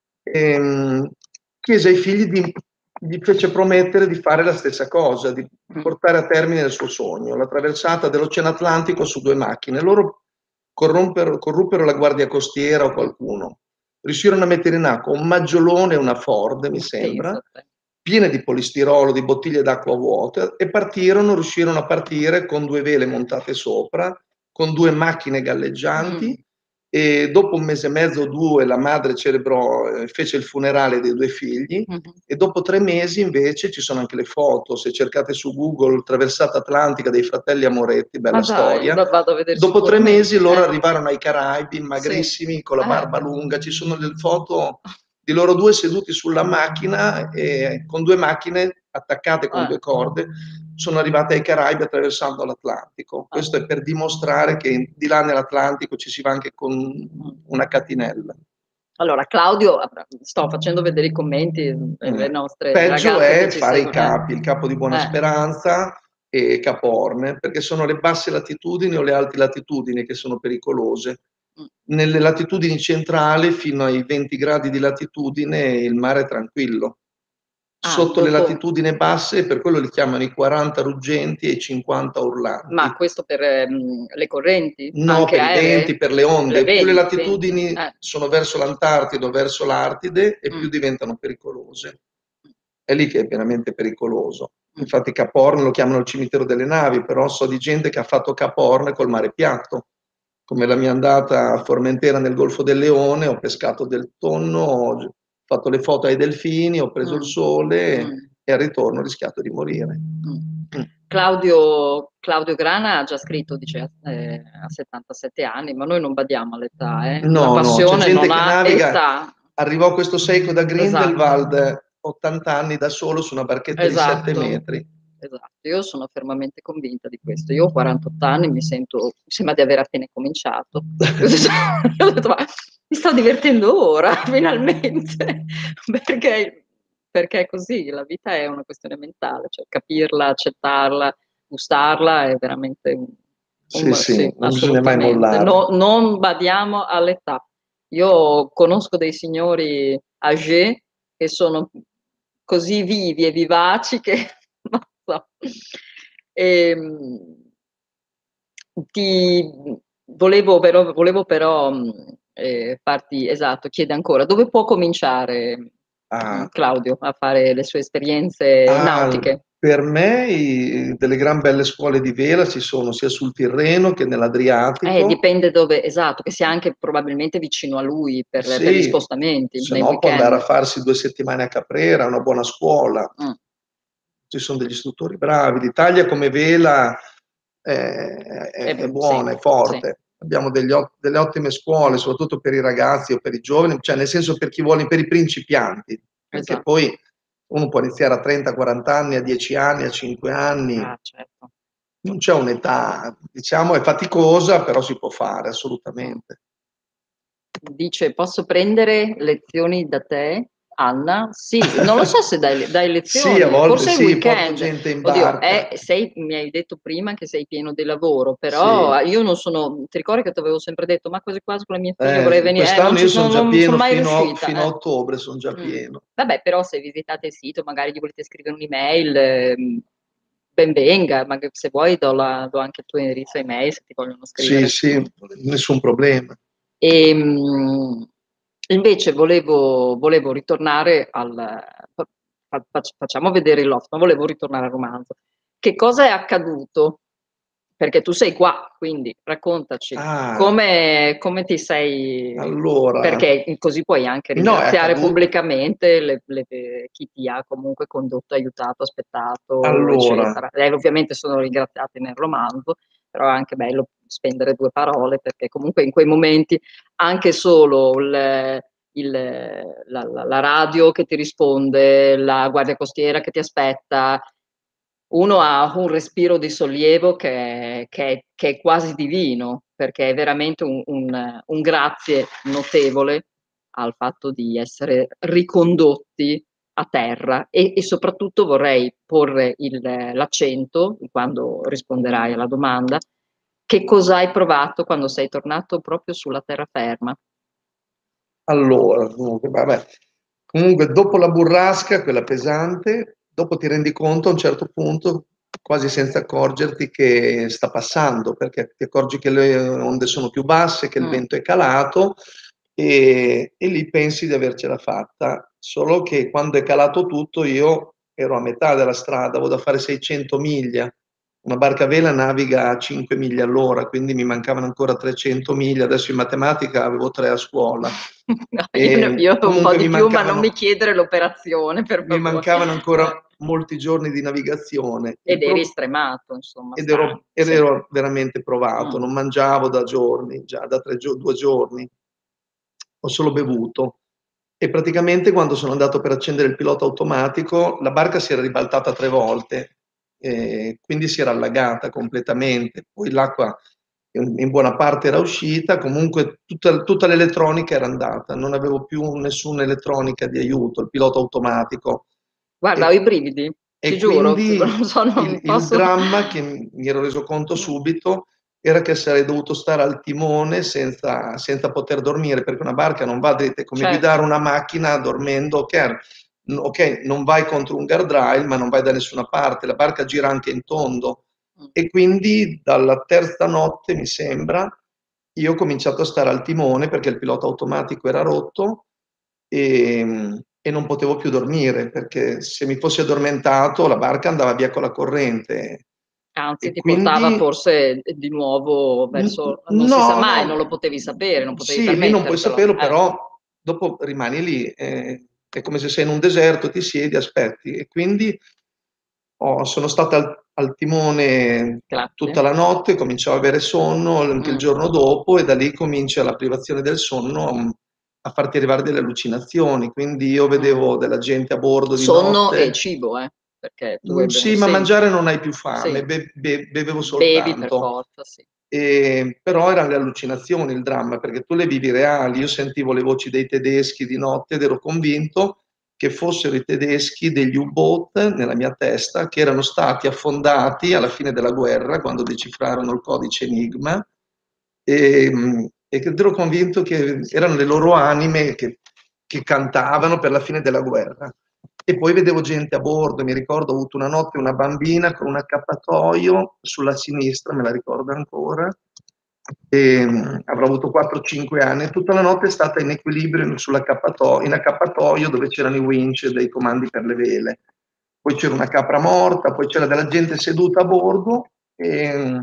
chiese ai figli gli fece promettere di fare la stessa cosa, di portare a termine il suo sogno, la traversata dell'Oceano Atlantico su 2 macchine. Loro corruppero la Guardia Costiera o qualcuno. Riuscirono a mettere in acqua un maggiolone e una Ford, mi sembra, piene di polistirolo, di bottiglie d'acqua vuote, e riuscirono a partire con 2 vele montate sopra, con 2 macchine galleggianti, e dopo 1 mese e mezzo o 2 la madre fece il funerale dei 2 figli, e dopo 3 mesi invece, ci sono anche le foto, se cercate su Google traversata atlantica dei fratelli Amoretti, bella storia, dopo 3 mesi loro arrivarono ai Caraibi, magrissimi, con la barba lunga, ci sono delle foto di loro 2 seduti sulla macchina e con 2 macchine attaccate con 2 corde sono arrivate ai Caraibi attraversando l'Atlantico. Questo è per dimostrare che di là nell'Atlantico ci si va anche con una catinella. Allora, Claudio, sto facendo vedere i commenti delle nostre Peggio ragazze è che ci fare i seguono. capi, il capo di Buona Speranza e Capo Orme, perché sono le basse latitudini o le alte latitudini che sono pericolose. Nelle latitudini centrali, fino ai 20 gradi di latitudine, il mare è tranquillo. sotto le dopo. latitudini basse, per quello li chiamano i 40 ruggenti e i 50 urlanti. Ma questo per le correnti, No, anche per i venti, aeree? per le onde. Più le Venti. latitudini sono verso l'Antartide o verso l'Artide e più Mm. diventano pericolose. È lì che è veramente pericoloso. Mm. Infatti Cap Horn lo chiamano il cimitero delle navi, però so di gente che ha fatto Cap Horn col mare piatto. Come la mia andata a Formentera nel Golfo del Leone, ho pescato del tonno, ho fatto le foto ai delfini, ho preso il sole Mm. e al ritorno ho rischiato di morire. Claudio Grana ha già scritto, dice, a 77 anni, ma noi non badiamo all'età, La No, no, c'è passione gente non che ha naviga, età. arrivò questo Seiko da Esatto, Grindelwald, 80 anni da solo su una barchetta di 7 esatto, metri. esatto. Io sono fermamente convinta di questo. Io ho 48 anni, mi sembra di aver appena cominciato. Ho detto, ma mi sto divertendo ora, finalmente, perché è così, la vita è una questione mentale, cioè capirla, accettarla, gustarla è veramente Sì, sì, sì, non bisogna mai assolutamente. mollare. Non badiamo all'età. Io conosco dei signori âgés che sono così vivi e vivaci che non so. Ehm, ti volevo però farti, esatto, chiede ancora, dove può cominciare Ah, Claudio a fare le sue esperienze nautiche? per me delle gran belle scuole di vela ci sono sia sul Tirreno che nell'Adriatico. Dipende dove, esatto, che sia anche probabilmente vicino a lui per gli Sì, spostamenti se nei no può andare a weekend. farsi 2 settimane a Caprera, una buona scuola. Mm, Ci sono degli istruttori bravi. L'Italia come vela è sì, buona, è sì, forte. Abbiamo delle ottime scuole, soprattutto per i ragazzi o per i giovani, cioè nel senso per chi vuole, per i principianti, perché esatto. poi uno può iniziare a 30-40 anni, a 10 anni, a 5 anni, Ah, certo. non c'è un'età, diciamo, è faticosa, però si può fare Mm. assolutamente. Dice, posso prendere lezioni da te, Anna? Sì, non lo so se dai Sì, a lezioni, volte forse il sì, porto weekend. gente in Oddio, barca. mi hai detto prima che sei pieno di lavoro, Sì. però io non sono, ti ricordi che ti avevo sempre detto, ma quasi quasi con la mia figlia vorrei venire, Quest'anno io sono già non sono pieno mai fino riuscita. a ottobre, sono già Mm. pieno. Vabbè, però se visitate il sito, magari gli volete scrivere un'email, ben venga, ma se vuoi do anche il tuo indirizzo email se ti vogliono Sì, scrivere. sì, nessun problema. E, invece volevo ritornare facciamo vedere il loft, ma volevo ritornare al romanzo. Che cosa è accaduto? Perché tu sei qua, quindi raccontaci Ah, come ti sei, allora, perché così puoi anche no, è ringraziare accaduto. pubblicamente chi ti ha comunque condotto, aiutato, aspettato, Allora, eccetera. Ovviamente sono ringraziati nel romanzo, però è anche bello spendere due parole, perché comunque in quei momenti anche solo la radio che ti risponde, la guardia costiera che ti aspetta, uno ha un respiro di sollievo che è quasi divino, perché è veramente un grazie notevole al fatto di essere ricondotti a terra e soprattutto vorrei porre l'accento, quando risponderai alla domanda, che cosa hai provato quando sei tornato proprio sulla terraferma? comunque, vabbè. Comunque, dopo la burrasca, quella pesante, dopo ti rendi conto a un certo punto, quasi senza accorgerti, che sta passando, perché ti accorgi che le onde sono più basse, che il Mm. vento è calato e lì pensi di avercela fatta. Solo che quando è calato tutto, io ero a metà della strada, avevo da fare 600 miglia. Una barca a vela naviga a 5 miglia all'ora, quindi mi mancavano ancora 300 miglia. Adesso in matematica avevo 3 a scuola. No, E io un po' comunque di più, ma non mi chiedere l'operazione, per mi favore. mancavano ancora molti giorni di navigazione. Ed eri stremato, insomma, Ed stanco, ero, ed sì. ero veramente provato, Mm. non mangiavo da giorni, già da 2 giorni, ho solo bevuto. E praticamente quando sono andato per accendere il pilota automatico, la barca si era ribaltata 3 volte, quindi si era allagata completamente. Poi l'acqua in buona parte era uscita, comunque tutta l'elettronica era andata, non avevo più nessuna elettronica di aiuto, il pilota automatico. Guarda, ho E, i brividi, ti e giuro, quindi non so, non il posso. dramma che mi ero reso conto subito era che sarei dovuto stare al timone senza poter dormire, perché una barca non va dritta, è come guidare Certo. una macchina dormendo, che ok, non vai contro un guardrail, ma non vai da nessuna parte, la barca gira anche in tondo. E quindi dalla terza notte, mi sembra, io ho cominciato a stare al timone perché il pilota automatico era rotto e non potevo più dormire perché se mi fossi addormentato la barca andava via con la corrente. Anzi, E ti portava quindi forse di nuovo verso, non si sa no, mai, non lo no, potevi sapere, non potevi sì, lì non puoi permettertelo. saperlo, però dopo rimani lì, è come se sei in un deserto, ti siedi, aspetti. E quindi sono stato al timone Grazie. tutta la notte, cominciavo a avere sonno anche il giorno dopo e da lì comincia la privazione del sonno a farti arrivare delle allucinazioni. Quindi io vedevo della gente a bordo di Sonno e notte. cibo, perché tu hai ben Sì, ma senti. mangiare non hai più fame, Sì, bevevo bevi per soltanto. forza, sì. Però erano le allucinazioni il dramma, perché tu le vivi reali. Io sentivo le voci dei tedeschi di notte ed ero convinto che fossero i tedeschi degli U-boat nella mia testa, che erano stati affondati alla fine della guerra, quando decifrarono il codice Enigma, e che ero convinto che erano le loro anime che cantavano per la fine della guerra. E poi vedevo gente a bordo, mi ricordo ho avuto una notte una bambina con un accappatoio sulla sinistra, me la ricordo ancora, e, avrò avuto 4-5 anni, e tutta la notte è stata in equilibrio in accappatoio dove c'erano i winch dei comandi per le vele. Poi c'era una capra morta, poi c'era della gente seduta a bordo e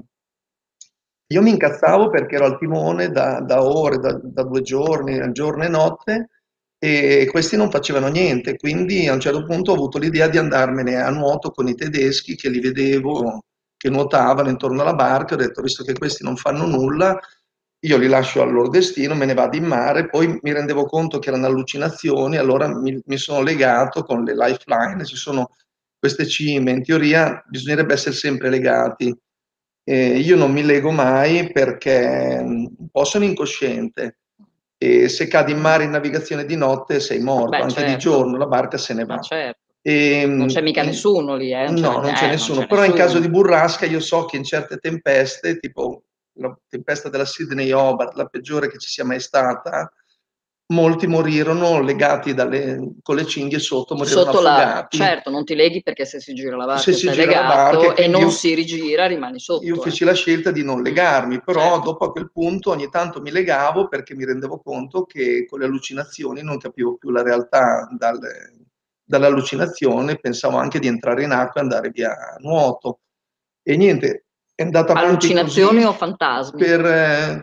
io mi incazzavo perché ero al timone da ore, da 2 giorni, giorno e notte, e questi non facevano niente, quindi a un certo punto ho avuto l'idea di andarmene a nuoto con i tedeschi che li vedevo che nuotavano intorno alla barca, ho detto visto che questi non fanno nulla, io li lascio al loro destino, me ne vado in mare, poi mi rendevo conto che erano allucinazioni, allora mi sono legato con le lifeline, ci sono queste cime, in teoria bisognerebbe essere sempre legati. Io non mi lego mai perché un po' sono incosciente e se cadi in mare in navigazione di notte sei morto, Beh, anche di certo, giorno la barca se ne ma va. certo. Non c'è E, mica nessuno lì, non ce no, non c'è non c'è nessuno, però in caso nessuno. di burrasca io so che in certe tempeste, tipo la tempesta della Sydney Hobart, la peggiore che ci sia mai stata, molti morirono legati con le cinghie sotto, morirono Sotto la affogati. certo, non ti leghi perché se si gira la Se barca si sei gira la barca legato e e quindi non si rigira, rimani io sotto, feci la scelta di non legarmi, però certo. dopo a quel punto ogni tanto mi legavo perché mi rendevo conto che con le allucinazioni non capivo più la realtà dall'allucinazione, pensavo anche di entrare in acqua e andare via a nuoto. E niente, è andata avanti Allucinazioni o così fantasmi? per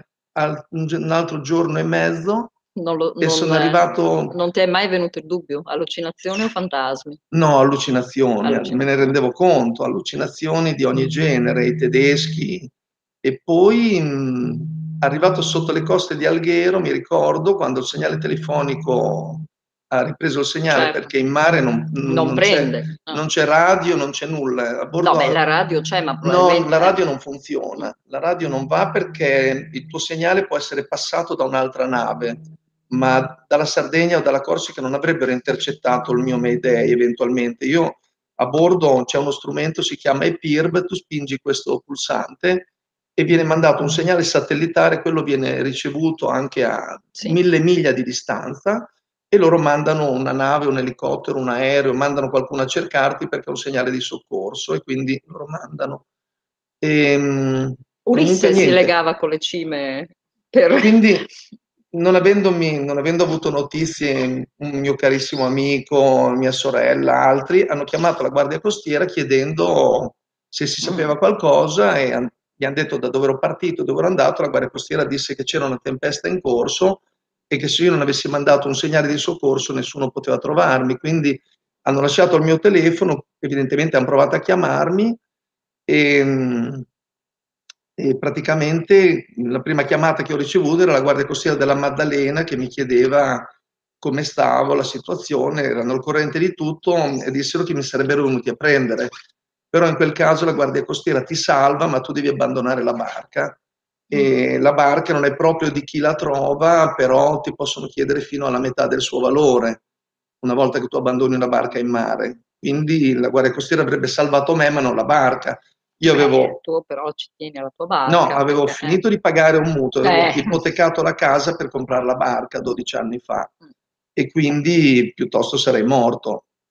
un altro giorno e mezzo Non lo e non sono arrivato. non ti è mai venuto il dubbio? Allucinazioni o fantasmi? No, allucinazioni, me ne Allucinazioni. rendevo conto, allucinazioni di ogni genere, i tedeschi. E poi, arrivato sotto le coste di Alghero, mi ricordo quando il segnale telefonico ha ripreso il segnale, Certo, perché in mare non prende. non c'è radio, non c'è nulla. A No, bordo, beh, la radio c'è, ma no, la probabilmente radio non funziona. La radio non va perché il tuo segnale può essere passato da un'altra nave, ma dalla Sardegna o dalla Corsica non avrebbero intercettato il mio Mayday eventualmente. Io a bordo c'è uno strumento, si chiama EPIRB, tu spingi questo pulsante e viene mandato un segnale satellitare, quello viene ricevuto anche a sì. 1000 miglia di distanza e loro mandano una nave, un elicottero, un aereo, mandano qualcuno a cercarti perché è un segnale di soccorso e quindi loro mandano. Comunque Ulisse si niente. legava con le cime per Quindi, non avendo avuto notizie, un mio carissimo amico, mia sorella, altri, hanno chiamato la Guardia Costiera chiedendo se si sapeva qualcosa e gli hanno detto da dove ero partito, dove ero andato. La Guardia Costiera disse che c'era una tempesta in corso e che se io non avessi mandato un segnale di soccorso nessuno poteva trovarmi. Quindi hanno lasciato il mio telefono, evidentemente hanno provato a chiamarmi e, e praticamente la prima chiamata che ho ricevuto era la Guardia Costiera della Maddalena che mi chiedeva come stavo, la situazione, erano al corrente di tutto e dissero che mi sarebbero venuti a prendere. Però in quel caso la Guardia Costiera ti salva, ma tu devi abbandonare la barca. E la barca non è proprio di chi la trova, però ti possono chiedere fino alla metà del suo valore una volta che tu abbandoni una barca in mare. Quindi la Guardia Costiera avrebbe salvato me, ma non la barca. Io avevo tu però ci tieni alla tua No, barca avevo perché finito di pagare un mutuo, avevo eh. ipotecato la casa per comprare la barca 12 anni fa e quindi piuttosto sarei morto.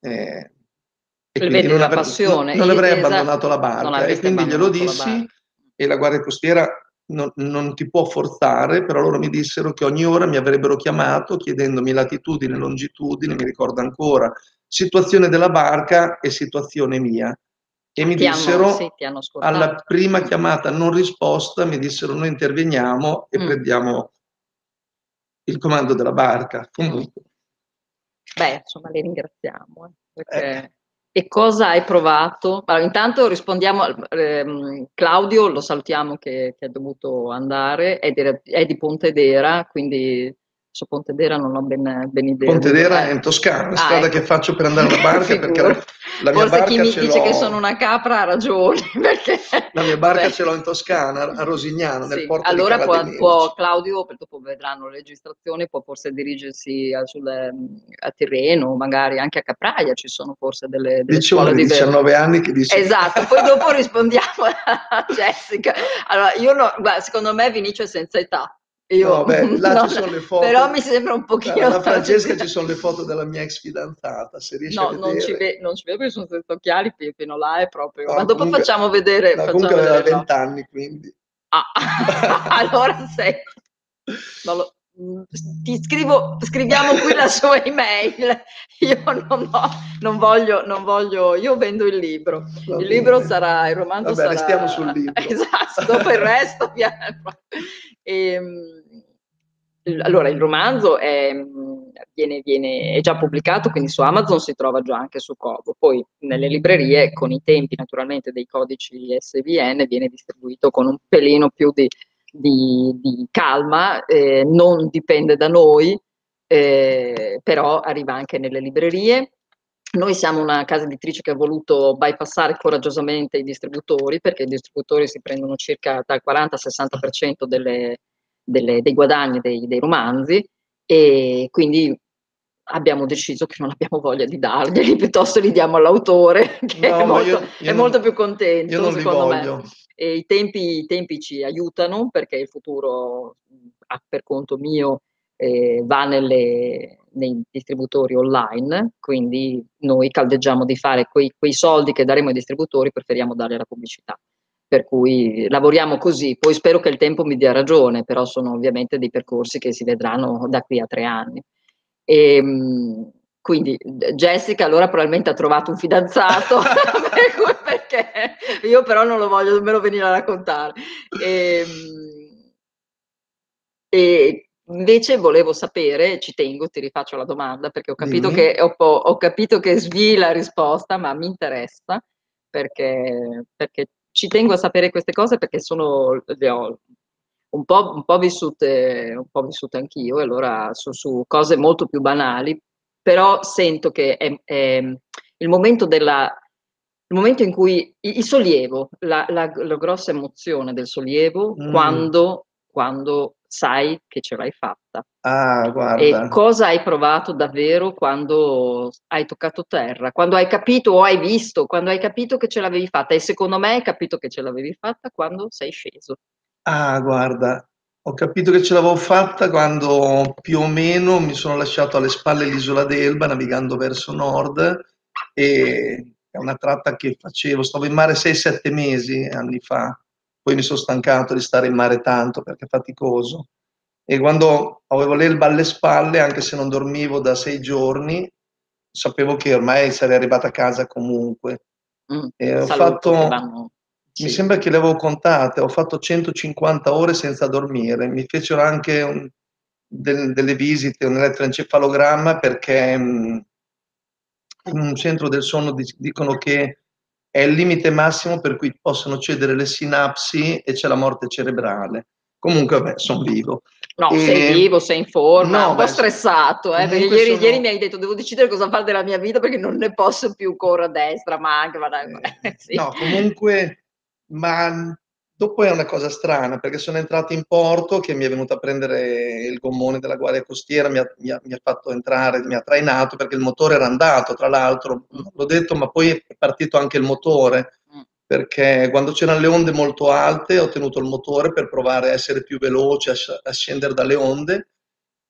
e quindi Vedi la passione, non avrei esatto, abbandonato la non barca, e avresti quindi glielo abbandonato la dissi, barca. e la Guardia Costiera non ti può forzare, però loro mi dissero che ogni ora mi avrebbero chiamato chiedendomi latitudine e longitudine, mi ricordo ancora, situazione della barca e situazione mia, e mi Sì, dissero, ti hanno alla ascoltato. prima chiamata non risposta, mi dissero noi interveniamo e Mm. prendiamo il comando della barca. Comunque. Beh, insomma, li ringraziamo. Eh, E cosa hai provato? Allora, intanto rispondiamo, Claudio lo salutiamo che è dovuto andare, è di Pontedera, quindi su Pontedera non ho ben idea di dove. Pontedera è in Toscana, la Ah, strada che ecco, faccio per andare alla barca, perché figura. la mia Forse chi barca mi ce dice che sono l'ho. una capra ha ragione, perché, La mia barca vabbè. ce l'ho in Toscana, a Rosignano, nel Sì, porto di allora Cala dei Medici. Claudio, dopo vedranno la registrazione, può forse dirigersi a Tirreno, magari anche a Capraia ci sono forse delle Dice uno scuole di diverse. 19 anni che dice di... Esatto, poi dopo rispondiamo a Jessica. Allora, io no, guarda, secondo me Vinicio è senza età. Io No, beh, là ci non- sono le Però foto. mi sembra un Guarda, pochino la Francesca ci eccezionale. sono le foto della mia ex fidanzata, se riesci a No, vedere. non ci vedo perché sono senza occhiali, fino là è proprio. Ma No, dopo comunque, facciamo vedere, no, facciamo comunque aveva vedere il 20 nostro. anni, quindi. Ah, allora sei. non lo- scriviamo qui la sua email. Io non voglio, io vendo il libro. Va bene. Il romanzo Vabbè, restiamo sul sarà, libro. esatto, dopo il resto. Allora, il romanzo è già pubblicato, quindi su Amazon si trova già anche su Kobo. Poi nelle librerie, con i tempi naturalmente dei codici ISBN, viene distribuito con un pelino più di calma, non dipende da noi, però arriva anche nelle librerie. Noi siamo una casa editrice che ha voluto bypassare coraggiosamente i distributori, perché i distributori si prendono circa dal 40 al 60% dei guadagni dei romanzi, e quindi abbiamo deciso che non abbiamo voglia di darglieli, piuttosto li diamo all'autore, che No, ma è molto più io contento, non li secondo me. voglio. E i tempi ci aiutano, perché il futuro, per conto mio, va nei distributori online, quindi noi caldeggiamo di fare quei soldi che daremo ai distributori, preferiamo darli alla pubblicità. Per cui lavoriamo così, poi spero che il tempo mi dia ragione, però sono ovviamente dei percorsi che si vedranno da qui a 3 anni. E, quindi Jessica allora probabilmente ha trovato un fidanzato, perché io però non lo voglio nemmeno venire a raccontare. E, e invece volevo sapere, ci tengo, ti rifaccio la domanda, perché Dimmi. ho capito che svii la risposta, ma mi interessa, perché ci tengo a sapere queste cose, perché le ho un po' vissute anch'io, e allora su cose molto più banali, però sento che è il momento il momento in cui il sollievo, la grossa emozione del sollievo, Mm. quando sai che ce l'hai fatta. Ah, E guarda. cosa hai provato davvero quando hai toccato terra, quando hai capito o hai visto, quando hai capito che ce l'avevi fatta? E secondo me hai capito che ce l'avevi fatta quando sei sceso. Ah, guarda, ho capito che ce l'avevo fatta quando più o meno mi sono lasciato alle spalle l'isola d'Elba navigando verso nord, e è una tratta che facevo, stavo in mare 6-7 mesi anni fa, poi mi sono stancato di stare in mare tanto perché è faticoso, e quando avevo l'Elba alle spalle, anche se non dormivo da 6 giorni, sapevo che ormai sarei arrivata a casa comunque. E ho Saluto che fatto, vanno, mi sì. sembra che le avevo contate, ho fatto 150 ore senza dormire, mi fecero anche delle visite, un elettroencefalogramma, perché in un centro del sonno dicono che è il limite massimo per cui possono cedere le sinapsi e c'è la morte cerebrale. Comunque, vabbè, sono vivo. No, sei E, vivo, sei in forma, no, un po' beh, stressato, perché comunque ieri mi sono... hai detto devo decidere cosa fare della mia vita perché non ne posso più, corro a destra, ma anche, ma dai, sì. No, comunque, ma dopo è una cosa strana, perché sono entrato in porto, che mi è venuto a prendere il gommone della Guardia Costiera, mi ha fatto entrare, mi ha trainato, perché il motore era andato, tra l'altro, Mm, non l'ho detto, ma poi è partito anche il motore, mm, perché quando c'erano le onde molto alte ho tenuto il motore per provare a essere più veloce, a scendere dalle onde,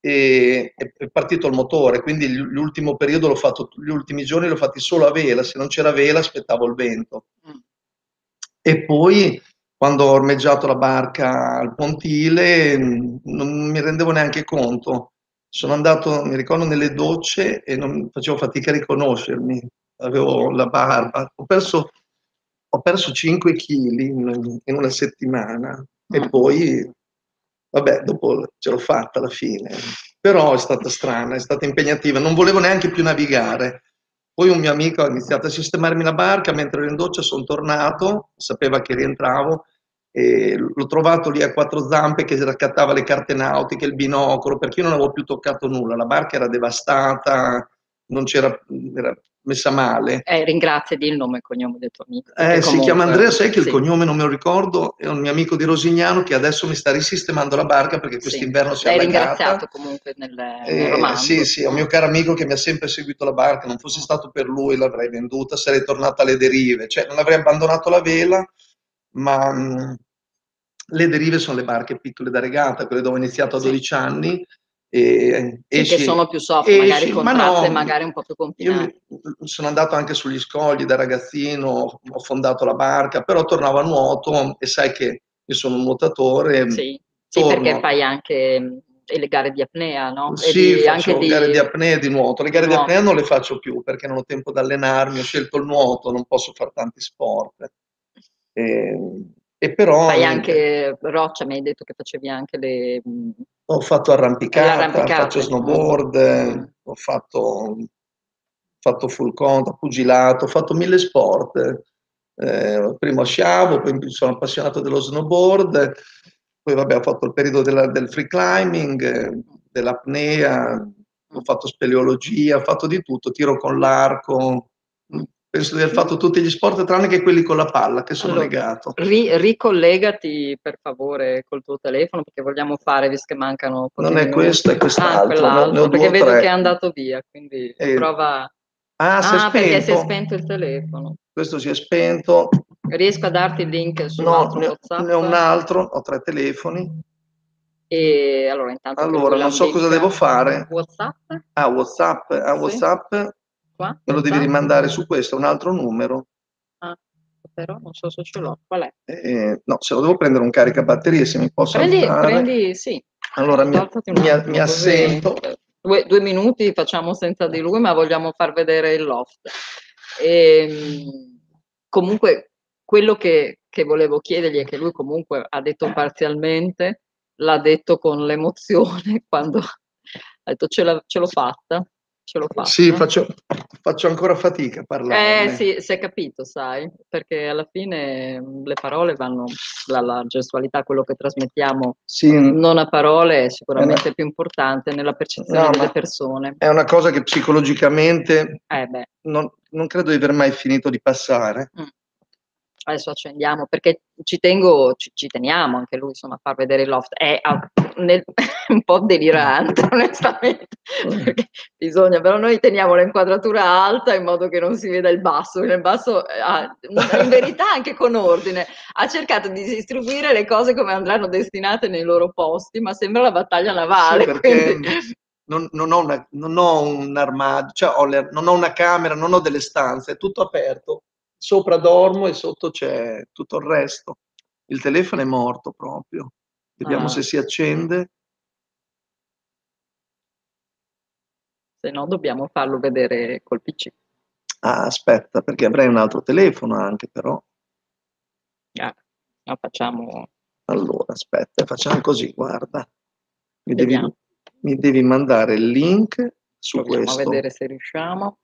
è partito il motore, quindi l'ultimo periodo l'ho fatto, gli ultimi giorni l'ho fatti solo a vela, se non c'era vela aspettavo il vento. E poi quando ho ormeggiato la barca al pontile non mi rendevo neanche conto. Sono andato, mi ricordo, nelle docce e non facevo fatica a riconoscermi, avevo la barba, ho perso 5 kg in una settimana e poi, vabbè, dopo ce l'ho fatta alla fine. Però è stata strana, è stata impegnativa, non volevo neanche più navigare. Poi un mio amico ha iniziato a sistemarmi la barca, mentre ero in doccia sono tornato, sapeva che rientravo, e l'ho trovato lì a quattro zampe che raccattava le carte nautiche, il binocolo, perché io non avevo più toccato nulla, la barca era devastata, non c'era, era messa male. Ringrazia il nome e cognome del tuo amico, perché Si chiama comunque Andrea, sai che il sì, cognome non me lo ricordo, è un mio amico di Rosignano che adesso mi sta risistemando la barca perché sì. quest'inverno si è L'hai allagata. ringraziato comunque nel Sì, romanzo. sì, è un mio caro amico che mi ha sempre seguito la barca, non fosse stato per lui l'avrei venduta, sarei tornata alle derive, cioè non avrei abbandonato la vela, ma le derive sono le barche piccole da regata, quelle dove ho iniziato a Sì. 12 anni, e Sì, che esci, sono più soft, magari ma con tratte no, magari un po' più io confinanti. sono andato anche sugli scogli da ragazzino, ho fondato la barca, però tornavo a nuoto e sai che io sono un nuotatore, Sì, sì, perché torno. fai anche le gare di apnea, no? E Sì, anche faccio gare di apnea e di nuoto. Le di gare di apnea nuoto. non le faccio più perché non ho tempo da allenarmi, ho scelto il nuoto, non posso fare tanti sport. E, e però Fai anche roccia, mi hai detto che facevi anche ho fatto arrampicata, faccio l'arrampicata. snowboard, ho fatto full contact, pugilato, ho fatto 1000 sport. Prima sciavo, poi mi sono appassionato dello snowboard, poi vabbè, ho fatto il periodo del free climbing, dell'apnea, ho fatto speleologia, ho fatto di tutto, tiro con l'arco. Penso di aver fatto tutti gli sport tranne che quelli con la palla, che sono Allora, negato. ricollegati per favore col tuo telefono perché vogliamo fare, visto che mancano pochi Non è questo, è minuti. Ah, quest'altro, ne ho quell'altro, due perché o vedo che è tre. andato via, quindi E- prova. Si è Ah, perché si è spento? spento il telefono. Questo si è spento. Riesco a darti il link No, sull'altro ne ho WhatsApp? un altro, ho 3 telefoni. E allora, intanto che Allora, lui non so cosa devo l'ambisca, fare. WhatsApp? WhatsApp, Sì, WhatsApp, qua, me lo devi WhatsApp. rimandare su questo, è un altro numero. Ah, però non so se ce l'ho. Qual è? No, se lo devo prendere un caricabatterie, se mi posso alzare. Prendi, sì, Allora alzati un mi attimo, così assento. 2 minuti facciamo senza di lui, ma vogliamo far vedere il loft. Comunque, quello che volevo chiedergli è che lui comunque ha detto parzialmente, l'ha detto con l'emozione quando ha detto ce l'ho fatta, ce l'ho Sì, fatta. faccio ancora fatica a parlarne. Sì, si è capito, sai, perché alla fine le parole vanno, la gestualità, quello che trasmettiamo Sì, non a parole è è una, sicuramente più importante nella percezione no, delle ma persone. è una cosa che psicologicamente Beh. non credo di aver mai finito di passare. Mh. Adesso accendiamo perché ci teniamo anche lui insomma a far vedere il loft. È un po' delirante onestamente, perché bisogna però noi teniamo l'inquadratura alta in modo che non si veda il basso. Nel basso, in verità anche con ordine, ha cercato di distribuire le cose come andranno destinate nei loro posti, ma sembra la battaglia Sì, navale, quindi perché non ho un armadio, cioè non ho una camera, non ho delle stanze, è tutto aperto. Sopra dormo e sotto c'è tutto il resto. Il telefono è morto proprio. Vediamo se si accende. se no dobbiamo farlo vedere col PC. Ah, aspetta, perché avrei un altro telefono anche, però. No, facciamo Allora, aspetta, facciamo così, guarda. Mi devi, vediamo. mi devi mandare il link su Proviamo a questo. vedere se riusciamo.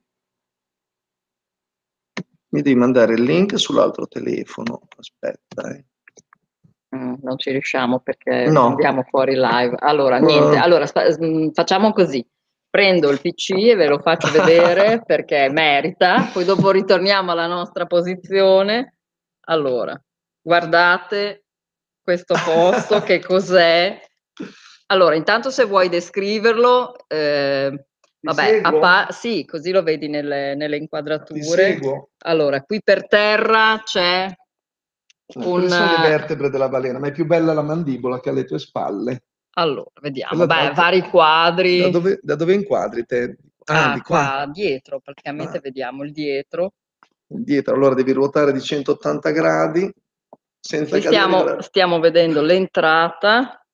Mi devi mandare il link sull'altro telefono. Aspetta, eh. Non ci riusciamo perché No. andiamo fuori live. Allora, niente. Allora, facciamo così. Prendo il PC e ve lo faccio vedere perché merita, poi dopo ritorniamo alla nostra posizione. Allora, guardate questo posto, che cos'è? Allora, intanto se vuoi descriverlo, Ti vabbè, seguo? sì, così lo vedi nelle Ti inquadrature. seguo? Allora, qui per terra c'è Quelle un. sono le vertebre della balena, ma è più bella la mandibola che alle tue spalle. Allora, vediamo. Quella Beh, vari quadri. da dove inquadri te? Ah, di qua. Qua dietro, praticamente Ah, vediamo il dietro. dietro. Allora devi ruotare di 180 gradi senza Qui cadere stiamo vedendo l'entrata.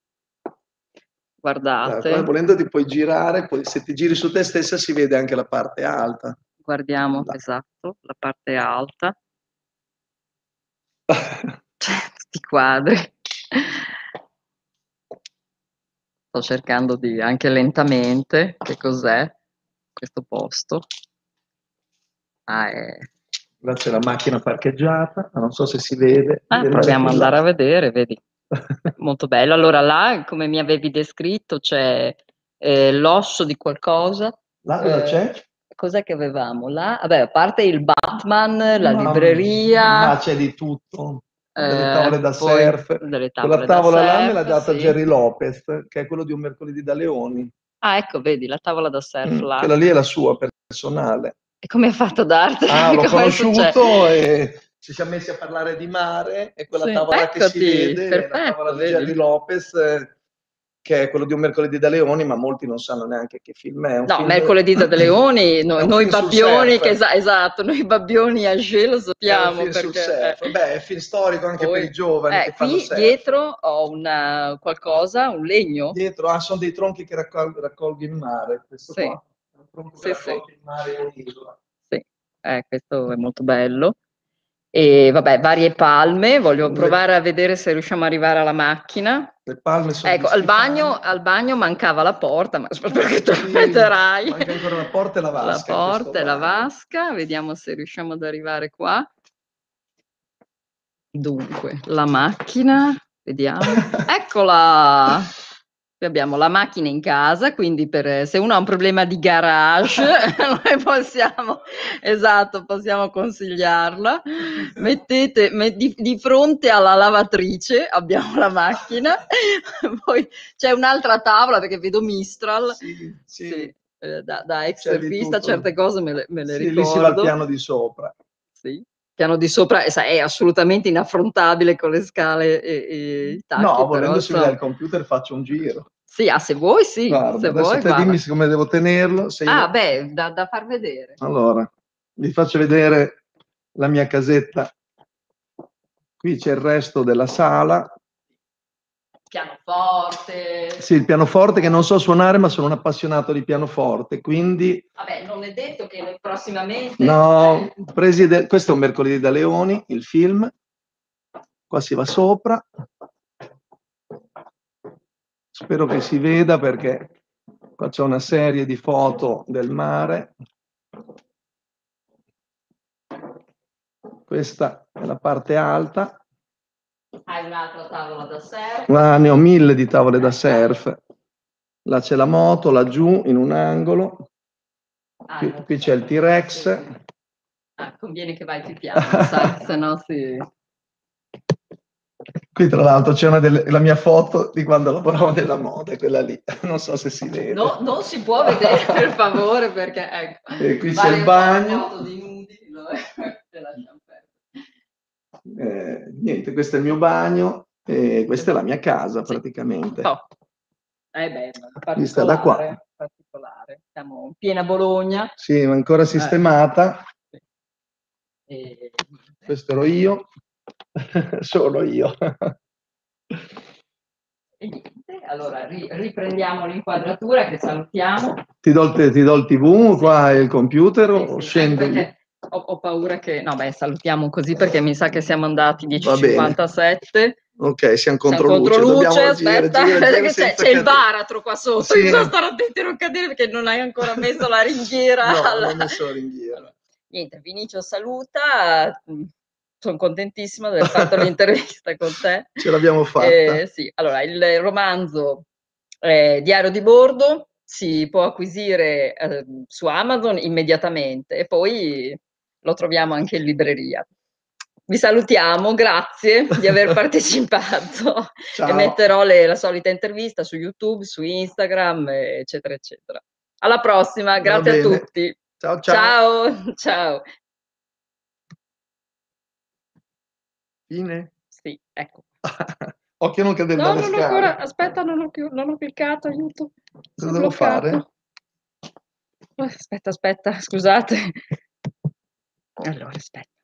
qua Guardate, volendo ti puoi girare, poi se ti giri su te stessa si vede anche la parte alta. guardiamo, Là. esatto, la parte alta. Sti quadri. Sto cercando di anche lentamente che cos'è questo posto. Ah, Là c'è la macchina parcheggiata, ma non so se si vede. Non c'è proviamo ad più là. andare a vedere, vedi. Molto bello. Allora là, come mi avevi descritto, c'è l'osso di qualcosa. Là cosa c'è? Cos'è che avevamo là? Vabbè, a parte il Batman, la Ma libreria, c'è di tutto, delle tavole da poi surf. delle Quella tavole da tavola là me l'ha surf, data sì. Jerry Lopez, che è quello di Un mercoledì da leoni. Ah, ecco, vedi, la tavola da surf là. Quella lì è la sua personale. E come hai fatto a dartela? Ah, l'ho Come succede? conosciuto e ci siamo messi a parlare di mare e quella Sì, tavola che si eccoti, vede è la tavola perfetto, di Jerry vedi? Lopez, che è quello di Un mercoledì da leoni, ma molti non sanno neanche che film è. No, Mercoledì da Leoni, È un noi film sul babbioni, surf. esatto, noi babbioni a Gé lo È un sappiamo film sul perché... surf. Beh, è un film storico anche per Poi, i giovani che fanno qui surf. dietro ho qualcosa, un legno? Dietro, sono dei tronchi che raccolgo in mare. Questo Sì, qua è un tronco che sì, sì, raccolgo in mare in un'isola. sì. Questo è molto bello. E vabbè, varie palme, voglio provare a vedere se riusciamo ad arrivare alla macchina. Le palme sono di Ecco, Schifani. al bagno mancava la porta, ma spero che tu la Sì, metterai. manca ancora la porta e la La vasca in questo porta e la bagno. vasca, vediamo se riusciamo ad arrivare qua. Dunque, la macchina, vediamo. Eccola! Qui abbiamo la macchina in casa, quindi se uno ha un problema di garage, noi esatto, possiamo consigliarla. Di fronte alla lavatrice abbiamo la macchina, poi c'è un'altra tavola perché vedo Mistral. Sì, Sì, sì, da ex c'è di surfista tutto. certe cose me le Sì, lì si va al ricordo. piano di sopra. Sì. Piano di sopra è assolutamente inaffrontabile con le scale e i tacchi, No, però volendo si vede insomma. al computer faccio un giro. Sì, se vuoi sì, Guarda, se adesso vuoi, te dimmi guarda. come devo tenerlo. Se Ah, io... beh, da far vedere. Allora, vi faccio vedere la mia casetta. Qui c'è il resto della sala. Pianoforte. Sì, il pianoforte che non so suonare, ma sono un appassionato di pianoforte, quindi... Vabbè, non è detto che prossimamente... No, questo è Un mercoledì da leoni, il film. Qua si va sopra. Spero che si veda perché qua c'è una serie di foto del mare. Questa è la parte alta. Hai un'altra tavola da surf. Ne ho 1000 di tavole da surf. Là c'è la moto, laggiù in un angolo. Qui c'è il T-Rex. Conviene che vai più piano, sai, se no si... Qui tra l'altro c'è la mia foto di quando lavoravo nella moda, quella lì. Non so se si vede. No, non si può vedere per favore perché ecco, E qui c'è il bagno. foto di nudi, te lasciamo Niente, questo è il mio bagno e questa è la mia casa praticamente. Oh. Beh, Vista da qua. particolare. Siamo in piena Bologna. Sì, ma ancora sistemata. E... Questo ero io, solo io. E niente, allora riprendiamo l'inquadratura che salutiamo. Ti do il TV, qua il computer o scendo? Perché ho paura che... No, beh, salutiamo così perché mi sa che siamo andati Va bene. 10:57. Ok, siamo Contro contro luce. luce, Dobbiamo aspetta, c'è il baratro qua sotto, sì. bisogna stare attenti a non cadere perché non hai ancora messo la ringhiera. No, non ho messo la ringhiera. Allora, niente, Vinicio saluta, sono contentissima di aver fatto l'intervista con te. Ce l'abbiamo fatta. Sì, allora, il romanzo Diario di bordo si può acquisire su Amazon immediatamente e poi lo troviamo anche in libreria. Vi salutiamo, grazie di aver partecipato e metterò la solita intervista su YouTube, su Instagram, eccetera, eccetera. Alla prossima, grazie a tutti. Ciao, ciao. Ciao. Fine? Sì, ecco. Occhio a non cadere No, dalle non ho ancora, scale. aspetta, non ho cliccato, aiuto. Si Cosa è devo bloccato. fare? Aspetta, scusate. Allora, aspetta.